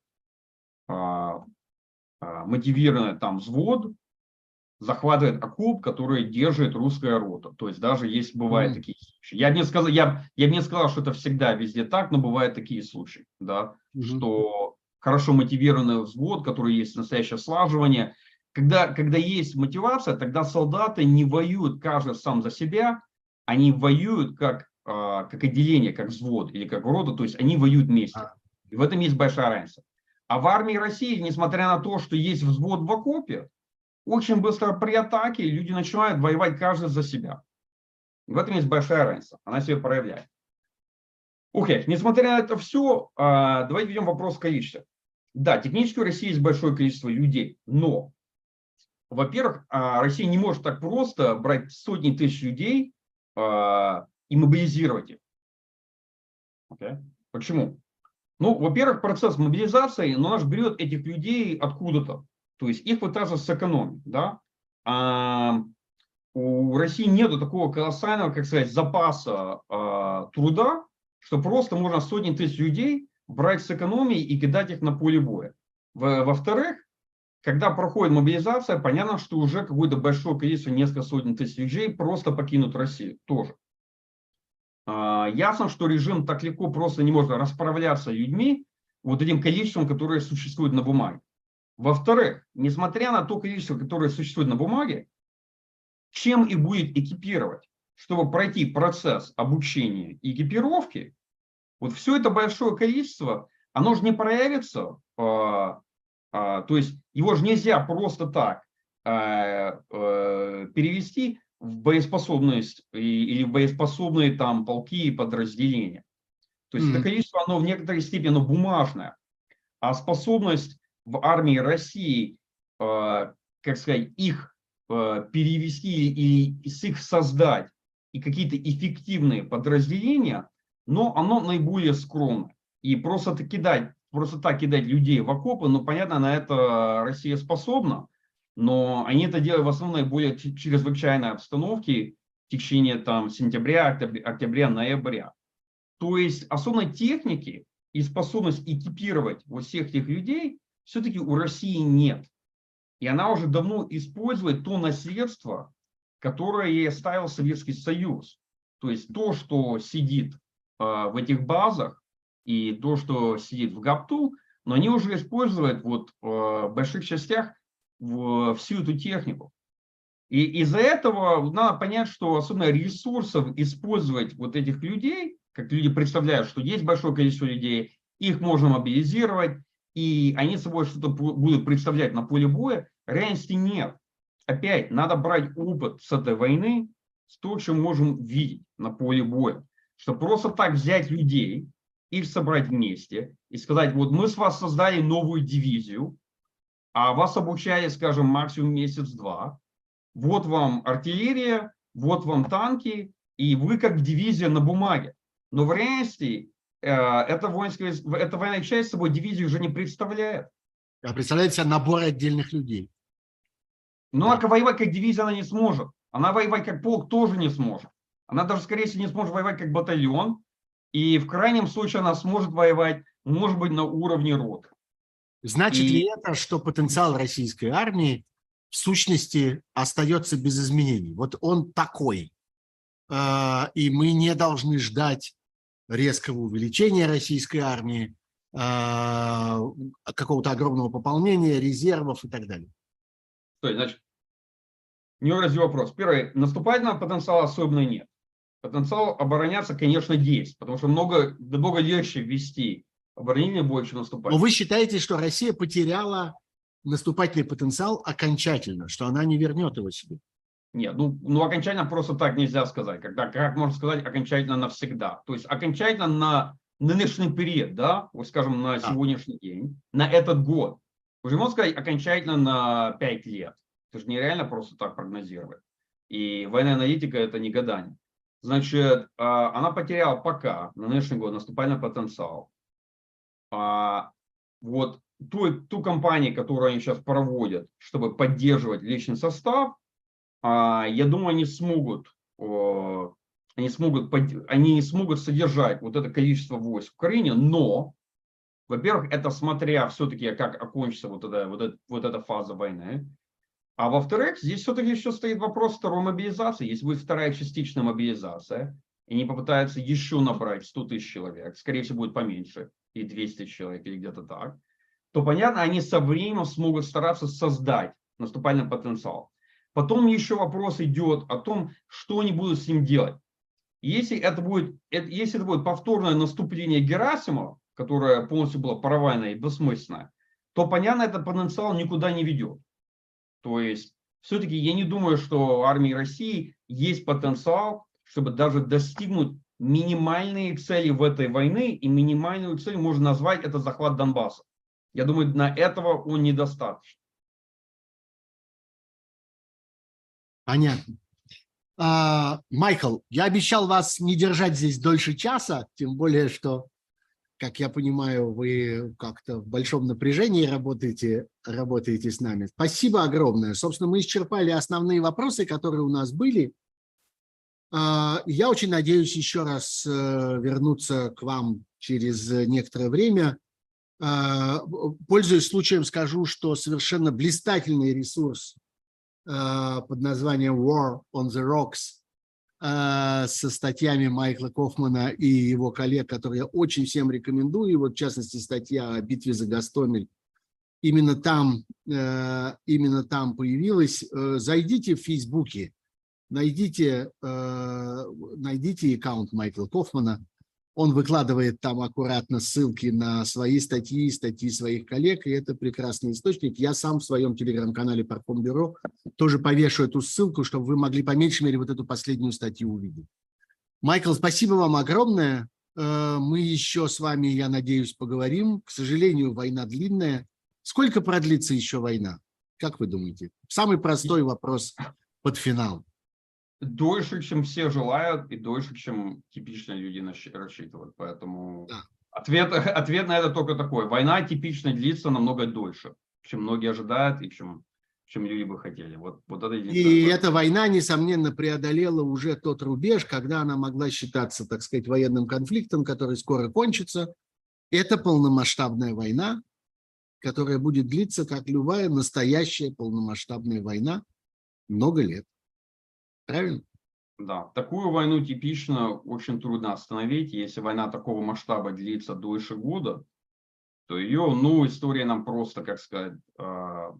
B: мотивированный там взвод захватывает окоп, который держит русская рота. То есть даже есть, бывают mm-hmm. такие случаи. Я бы не сказал, я, я бы не сказал, что это всегда везде так, но бывают такие случаи, да, mm-hmm. что хорошо мотивированный взвод, который есть настоящее слаживание. Когда, когда есть мотивация, тогда солдаты не воюют каждый сам за себя, они воюют как, э, как отделение, как взвод или как рота, то есть они воюют вместе. И в этом есть большая разница. А в армии России, несмотря на то, что есть взвод в окопе, очень быстро при атаке люди начинают воевать каждый за себя. И в этом есть большая разница, она себя проявляет. Окей, несмотря на это все, э, давайте ведем вопрос количества. Да, технически у России есть большое количество людей, но, во-первых, Россия не может так просто брать сотни тысяч людей э, и мобилизировать их. Okay. Почему? Ну, во-первых, процесс мобилизации, но наш берет этих людей откуда-то, то есть их пытаются сэкономить, да? А у России нету такого колоссального, как сказать, запаса э, труда, что просто можно сотни тысяч людей брать с экономией и кидать их на поле боя. Во-вторых, когда проходит мобилизация, понятно, что уже какое-то большое количество, несколько сотен тысяч людей просто покинут Россию тоже. Ясно, что режим так легко просто не может расправляться с людьми вот этим количеством, которое существует на бумаге. Во-вторых, несмотря на то количество, которое существует на бумаге, чем их будет экипировать? чтобы пройти процесс обучения и экипировки, вот все это большое количество, оно же не проявится, а, а, то есть его же нельзя просто так а, а, перевести в боеспособность и, или в боеспособные там полки и подразделения. То есть mm-hmm. это количество, оно в некоторой степени оно бумажное, а способность в армии России, а, как сказать, их а, перевести или их создать и какие-то эффективные подразделения, но оно наиболее скромное. И просто так кидать, просто так кидать людей в окопы, ну, понятно, на это Россия способна, но они это делают в основном наиболее чрезвычайной обстановке в течение там сентября, октября, октября, ноября. То есть особой техники и способность экипировать вот всех этих людей все-таки у России нет. И она уже давно использует то наследство, которое ей оставил Советский Союз. То есть то, что сидит э, в этих базах, и то, что сидит в ГАПТУ, но они уже используют вот, э, в больших частях в, всю эту технику. И из-за этого надо понять, что особенно ресурсов использовать вот этих людей, как люди представляют, что есть большое количество людей, их можно мобилизировать, и они собой что-то будут представлять на поле боя, в реальности нет. Опять, надо брать опыт с этой войны, с того, что мы можем видеть на поле боя. Что просто так взять людей, их собрать вместе и сказать, вот мы с вас создали новую дивизию, а вас обучали, скажем, максимум месяц-два. Вот вам артиллерия, вот вам танки, и вы как дивизия на бумаге. Но в реальности э, эта, воинская, эта военная часть собой дивизию уже не представляет.
A: А представляет себя набор отдельных людей.
B: Ну, да. А воевать как дивизия она не сможет. Она воевать как полк тоже не сможет. Она даже, скорее всего, не сможет воевать как батальон. И в крайнем случае она сможет воевать, может быть, на уровне роты.
A: Значит и... ли это, что потенциал российской армии в сущности остается без изменений? Вот он такой. И мы не должны ждать резкого увеличения российской армии, какого-то огромного пополнения, резервов и так далее.
B: То есть, значит, не разве вопрос. Первый, наступательного потенциала особенно нет. Потенциал обороняться, конечно, есть, потому что много, много легче ввести оборонение больше наступать.
A: Но вы считаете, что Россия потеряла наступательный потенциал окончательно, что она не вернет его себе?
B: Нет, ну, ну окончательно просто так нельзя сказать. Когда, как можно сказать, окончательно навсегда. То есть окончательно на нынешний период, да, вот скажем, на сегодняшний а. день, на этот год. Уже можно сказать окончательно на пять лет. Это же нереально просто так прогнозировать. И военная аналитика это не гадание. Значит, она потеряла пока на нынешний год наступательный потенциал. Вот ту, ту кампанию, которую они сейчас проводят, чтобы поддерживать личный состав, я думаю, они смогут, они смогут, они не смогут содержать вот это количество войск в Украине, но, во-первых, это смотря все-таки, как окончится вот эта, вот эта, вот эта фаза войны. А во-вторых, здесь все-таки еще стоит вопрос второй мобилизации. Если будет вторая частичная мобилизация, и они попытаются еще набрать сто тысяч человек, скорее всего, будет поменьше, и двести человек, или где-то так, то, понятно, они со временем смогут стараться создать наступательный потенциал. Потом еще вопрос идет о том, что они будут с ним делать. Если это будет, если это будет повторное наступление Герасимова, которое полностью было провальное и бессмысленное, то, понятно, этот потенциал никуда не ведет. То есть, все-таки я не думаю, что у армии России есть потенциал, чтобы даже достигнуть минимальные цели в этой войне, и минимальную цель можно назвать это захват Донбасса. Я думаю, на этого он недостаточно.
A: Понятно. А, Майкл, я обещал вас не держать здесь дольше часа, тем более, что, как я понимаю, вы как-то в большом напряжении работаете, работаете с нами. Спасибо огромное. Собственно, мы исчерпали основные вопросы, которые у нас были. Я очень надеюсь еще раз вернуться к вам через некоторое время. Пользуясь случаем, скажу, что совершенно блистательный ресурс под названием War on the Rocks со статьями Майкла Кофмана и его коллег, которые я очень всем рекомендую. Вот, в частности, статья о битве за Гастомель именно там, именно там появилась. Зайдите в Фейсбуке найдите, э, найдите аккаунт Майкла Кофмана. Он выкладывает там аккуратно ссылки на свои статьи, статьи своих коллег, и это прекрасный источник. Я сам в своем телеграм-канале Паркомбюро тоже повешу эту ссылку, чтобы вы могли по меньшей мере вот эту последнюю статью увидеть. Майкл, спасибо вам огромное. Мы еще с вами, я надеюсь, поговорим. К сожалению, война длинная. Сколько продлится еще война? Как вы думаете? Самый простой вопрос под финал.
B: Дольше, чем все желают, и дольше, чем типичные люди рассчитывают. Поэтому да. ответ, ответ на это только такой. Война типично длится намного дольше, чем многие ожидают и чем, чем люди бы хотели. Вот, вот это
A: и эта война, несомненно, преодолела уже тот рубеж, когда она могла считаться, так сказать, военным конфликтом, который скоро кончится. Это полномасштабная война, которая будет длиться, как любая настоящая полномасштабная война, много лет. Правильно?
B: Да, такую войну типично очень трудно остановить. Если война такого масштаба длится дольше года, то ее, ну, история нам просто, как сказать, э,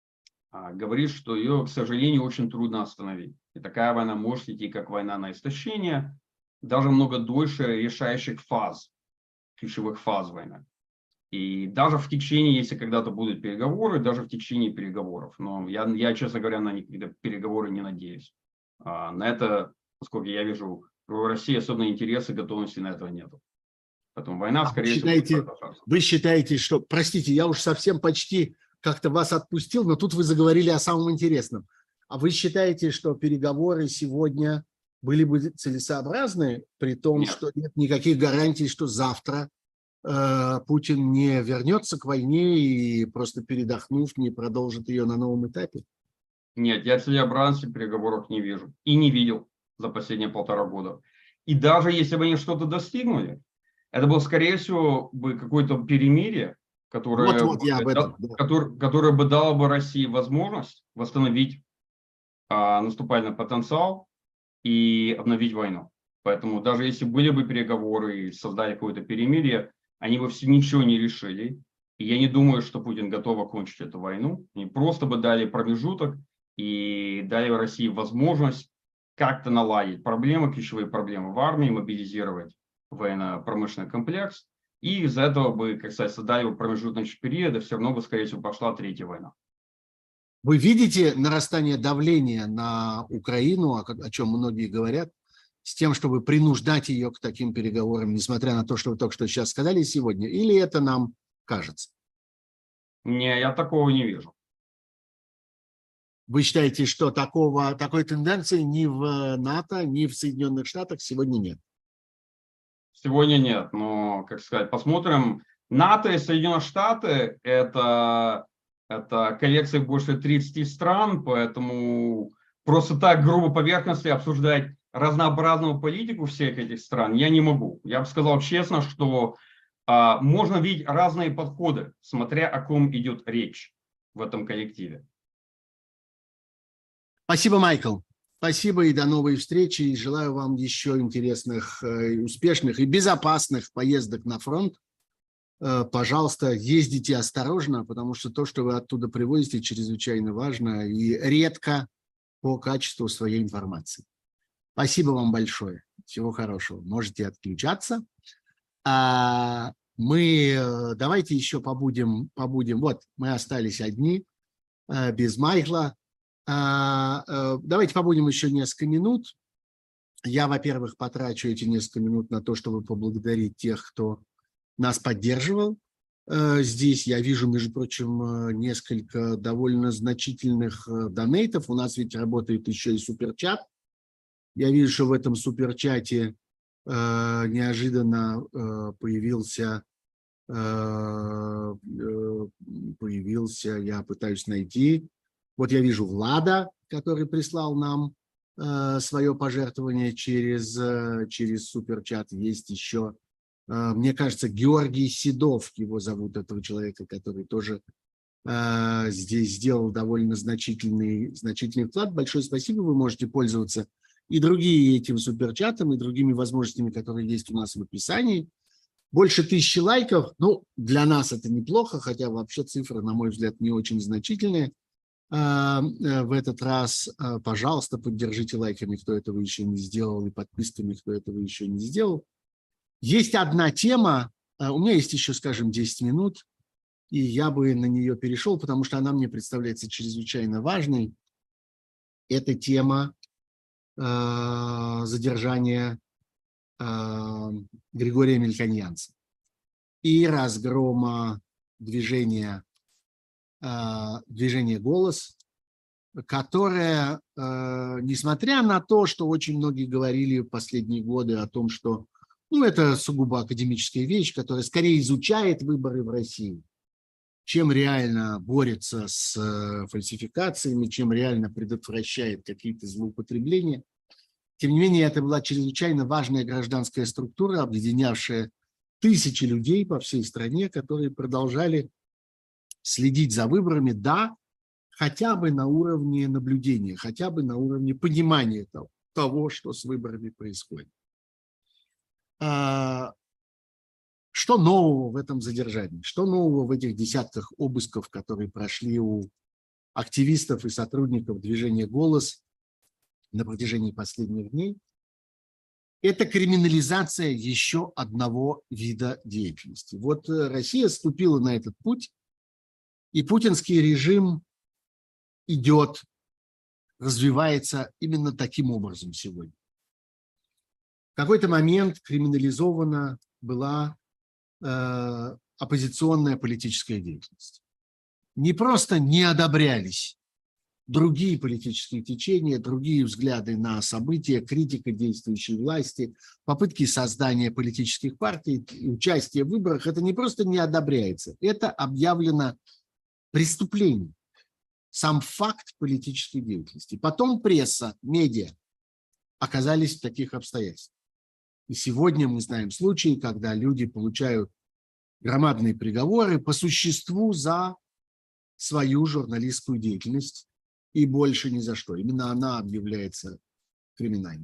B: э, говорит, что ее, к сожалению, очень трудно остановить. И такая война может идти как война на истощение, даже много дольше решающих фаз, ключевых фаз войны. И даже в течение, если когда-то будут переговоры, даже в течение переговоров. Но я, я честно говоря, на никакие переговоры не надеюсь. А, на это, поскольку я вижу, в России особенно интереса и готовности на этого нет. Поэтому война, скорее
A: всего... Считаете, вы считаете, что... Простите, я уж совсем почти как-то вас отпустил, но тут вы заговорили о самом интересном. А вы считаете, что переговоры сегодня были бы целесообразны, при том, нет. что нет никаких гарантий, что завтра э, Путин не вернется к войне и просто передохнув, не продолжит ее на новом этапе?
B: Нет, я целесообразности в переговорах не вижу. И не видел за последние полтора года. И даже если бы они что-то достигнули, это было, скорее всего, бы какое-то перемирие, которое,
A: вот, вот, я об этом, да.
B: которое, которое бы дало бы России возможность восстановить а, наступательный потенциал и обновить войну. Поэтому даже если были бы переговоры и создали какое-то перемирие, они бы все ничего не решили. И я не думаю, что Путин готов окончить эту войну. Они просто бы дали промежуток и дали России возможность как-то наладить проблемы, ключевые проблемы в армии, мобилизировать военно-промышленный комплекс. И из-за этого бы, как сказать, создали бы промежуточный период, и все равно бы, скорее всего, пошла третья война.
A: Вы видите нарастание давления на Украину, о, о чем многие говорят, с тем, чтобы принуждать ее к таким переговорам, несмотря на то, что вы только что сейчас сказали сегодня, или это нам кажется?
B: Не, я такого не вижу.
A: Вы считаете, что такого, такой тенденции ни в НАТО, ни в Соединенных Штатах сегодня нет?
B: Сегодня нет, но, как сказать, посмотрим. НАТО и Соединенные Штаты – это, это коллекция больше тридцати стран, поэтому просто так грубо поверхностно обсуждать разнообразную политику всех этих стран я не могу. Я бы сказал честно, что а, можно видеть разные подходы, смотря о ком идет речь в этом коллективе.
A: Спасибо, Майкл. Спасибо и до новой встречи. И желаю вам еще интересных, успешных и безопасных поездок на фронт. Пожалуйста, ездите осторожно, потому что то, что вы оттуда привозите, чрезвычайно важно и редко по качеству своей информации. Спасибо вам большое. Всего хорошего. Можете отключаться. А мы давайте еще побудем, побудем. Вот, мы остались одни, без Майкла. Давайте побудем еще несколько минут. Я, во-первых, потрачу эти несколько минут на то, чтобы поблагодарить тех, кто нас поддерживал. Здесь я вижу, между прочим, несколько довольно значительных донейтов. У нас ведь работает еще и суперчат. Я вижу, что в этом суперчате неожиданно появился, появился, я пытаюсь найти. Вот я вижу Влада, который прислал нам э, свое пожертвование через, э, через суперчат. Есть еще, э, мне кажется, Георгий Седов, его зовут, этого человека, который тоже э, здесь сделал довольно значительный, значительный вклад. Большое спасибо, вы можете пользоваться и другие этим суперчатом, и другими возможностями, которые есть у нас в описании. Больше тысячи лайков, ну, для нас это неплохо, хотя вообще цифры, на мой взгляд, не очень значительные. в этот раз. Пожалуйста, поддержите лайками, кто этого еще не сделал, и подписками, кто этого еще не сделал. Есть одна тема, у меня есть еще, скажем, десять минут, и я бы на нее перешел, потому что она мне представляется чрезвычайно важной. Это тема э, задержания э, Григория Мельконьянца и разгрома движения, э, движения «Голос», которое, э, несмотря на то, что очень многие говорили в последние годы о том, что ну, это сугубо академическая вещь, которая скорее изучает выборы в России, чем реально борется с э, фальсификациями, чем реально предотвращает какие-то злоупотребления. Тем не менее, это была чрезвычайно важная гражданская структура, объединявшая тысячи людей по всей стране, которые продолжали следить за выборами, да, хотя бы на уровне наблюдения, хотя бы на уровне понимания того, того что с выборами происходит. А, что нового в этом задержании? Что нового в этих десятках обысков, которые прошли у активистов и сотрудников движения «Голос» на протяжении последних дней? Это криминализация еще одного вида деятельности. Вот Россия ступила на этот путь, и путинский режим идет, развивается именно таким образом сегодня. В какой-то момент криминализована была э, оппозиционная политическая деятельность. Не просто не одобрялись другие политические течения, другие взгляды на события, критика действующей власти, попытки создания политических партий, участие в выборах. Это не просто не одобряется, это объявлено преступлением. Сам факт политической деятельности. Потом пресса, медиа оказались в таких обстоятельствах. И сегодня мы знаем случаи, когда люди получают громадные приговоры по существу за свою журналистскую деятельность и больше ни за что. Именно она объявляется криминальной.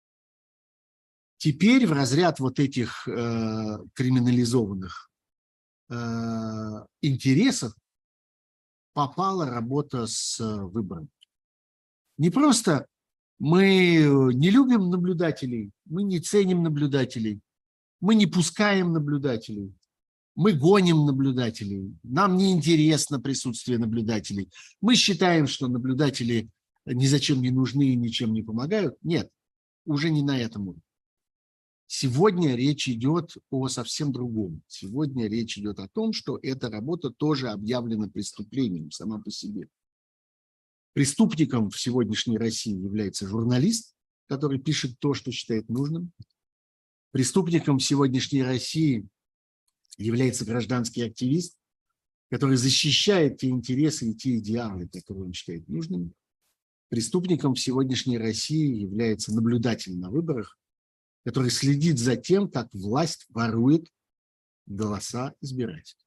A: Теперь в разряд вот этих э, криминализованных э, интересов попала работа с выборами. Не просто мы не любим наблюдателей, мы не ценим наблюдателей, мы не пускаем наблюдателей, мы гоним наблюдателей, нам не интересно присутствие наблюдателей, мы считаем, что наблюдатели ни зачем не нужны и ничем не помогают. Нет, уже не на этом уровне. Сегодня речь идет о совсем другом. Сегодня речь идет о том, что эта работа тоже объявлена преступлением сама по себе. Преступником в сегодняшней России является журналист, который пишет то, что считает нужным. Преступником в сегодняшней России является гражданский активист, который защищает те интересы и те идеалы, которые он считает нужными. Преступником в сегодняшней России является наблюдатель на выборах, который следит за тем, как власть ворует голоса избирателей.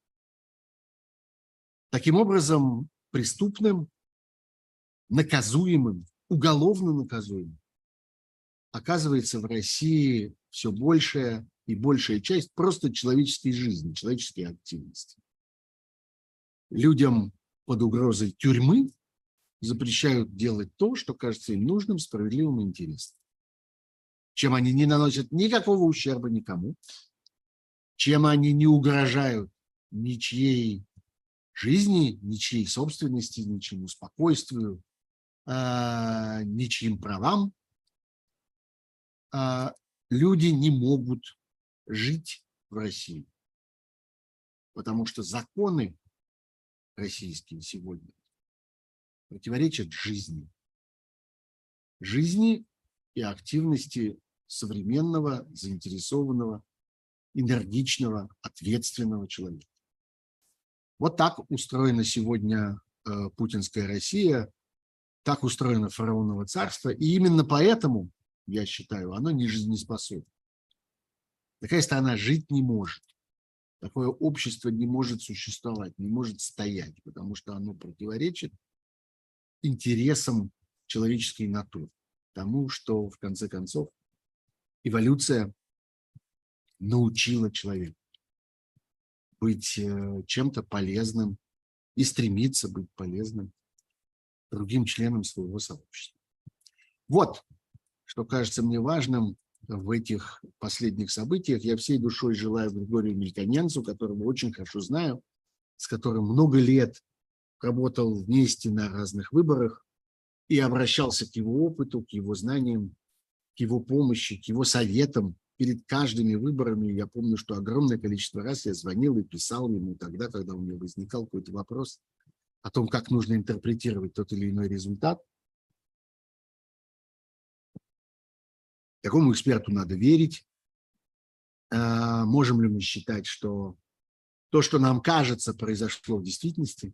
A: Таким образом, преступным, наказуемым, уголовно наказуемым оказывается в России все большая и большая часть просто человеческой жизни, человеческой активности. Людям под угрозой тюрьмы запрещают делать то, что кажется им нужным, справедливым и интересным. Чем они не наносят никакого ущерба никому, чем они не угрожают ничьей жизни, ничьей собственности, ничьему спокойствию, э, ничьим правам, э, люди не могут жить в России, потому что законы российские сегодня противоречат жизни. Жизни и активности современного, заинтересованного, энергичного, ответственного человека. Вот так устроена сегодня э, путинская Россия, так устроено фараоново царство, и именно поэтому, я считаю, оно не жизнеспособно. Такая страна жить не может. Такое общество не может существовать, не может стоять, потому что оно противоречит интересам человеческой натуры, тому, что, в конце концов, эволюция научила человека быть чем-то полезным и стремиться быть полезным. другим членам своего сообщества. Вот, что кажется мне важным в этих последних событиях. Я всей душой желаю Григорию Мельконенцу, которого очень хорошо знаю, с которым много лет работал вместе на разных выборах и обращался к его опыту, к его знаниям, к его помощи, к его советам перед каждыми выборами. Я помню, что огромное количество раз я звонил и писал ему тогда, когда у меня возникал какой-то вопрос о том, как нужно интерпретировать тот или иной результат. Такому эксперту надо верить. А можем ли мы считать, что то, что нам кажется, произошло в действительности?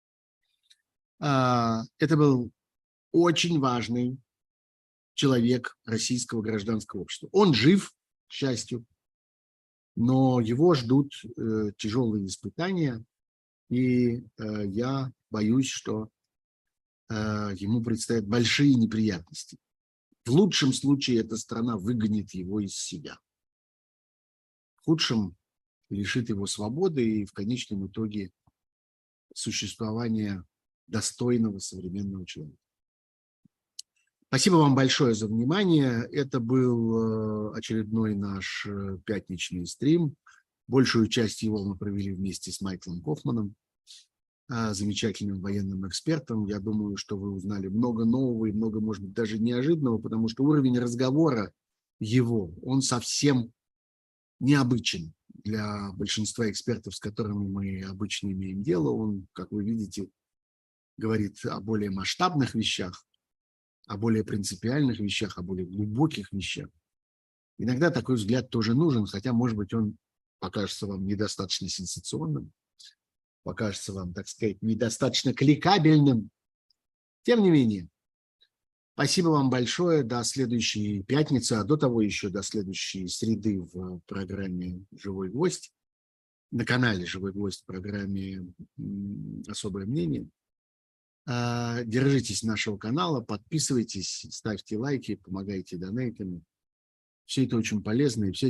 A: А, это был очень важный человек российского гражданского общества. Он жив, к счастью, но его ждут э, тяжелые испытания, и э, я боюсь, что э, ему предстоят большие неприятности. В лучшем случае эта страна выгонит его из себя. В худшем лишит его свободы и в конечном итоге существования достойного современного человека. Спасибо вам большое за внимание. Это был очередной наш пятничный стрим. Большую часть его мы провели вместе с Майклом Кофманом, замечательным военным экспертом. Я думаю, что вы узнали много нового и много, может быть, даже неожиданного, потому что уровень разговора его, он совсем необычен для большинства экспертов, с которыми мы обычно имеем дело. Он, как вы видите, говорит о более масштабных вещах, о более принципиальных вещах, о более глубоких вещах. Иногда такой взгляд тоже нужен, хотя, может быть, он покажется вам недостаточно сенсационным, покажется вам, так сказать, недостаточно кликабельным. Тем не менее, спасибо вам большое. До следующей пятницы, а до того еще до следующей среды в программе «Живой гвоздь», на канале «Живой гвоздь» в программе «Особое мнение». Держитесь нашего канала, подписывайтесь, ставьте лайки, помогайте донейтами. Все это очень полезно и все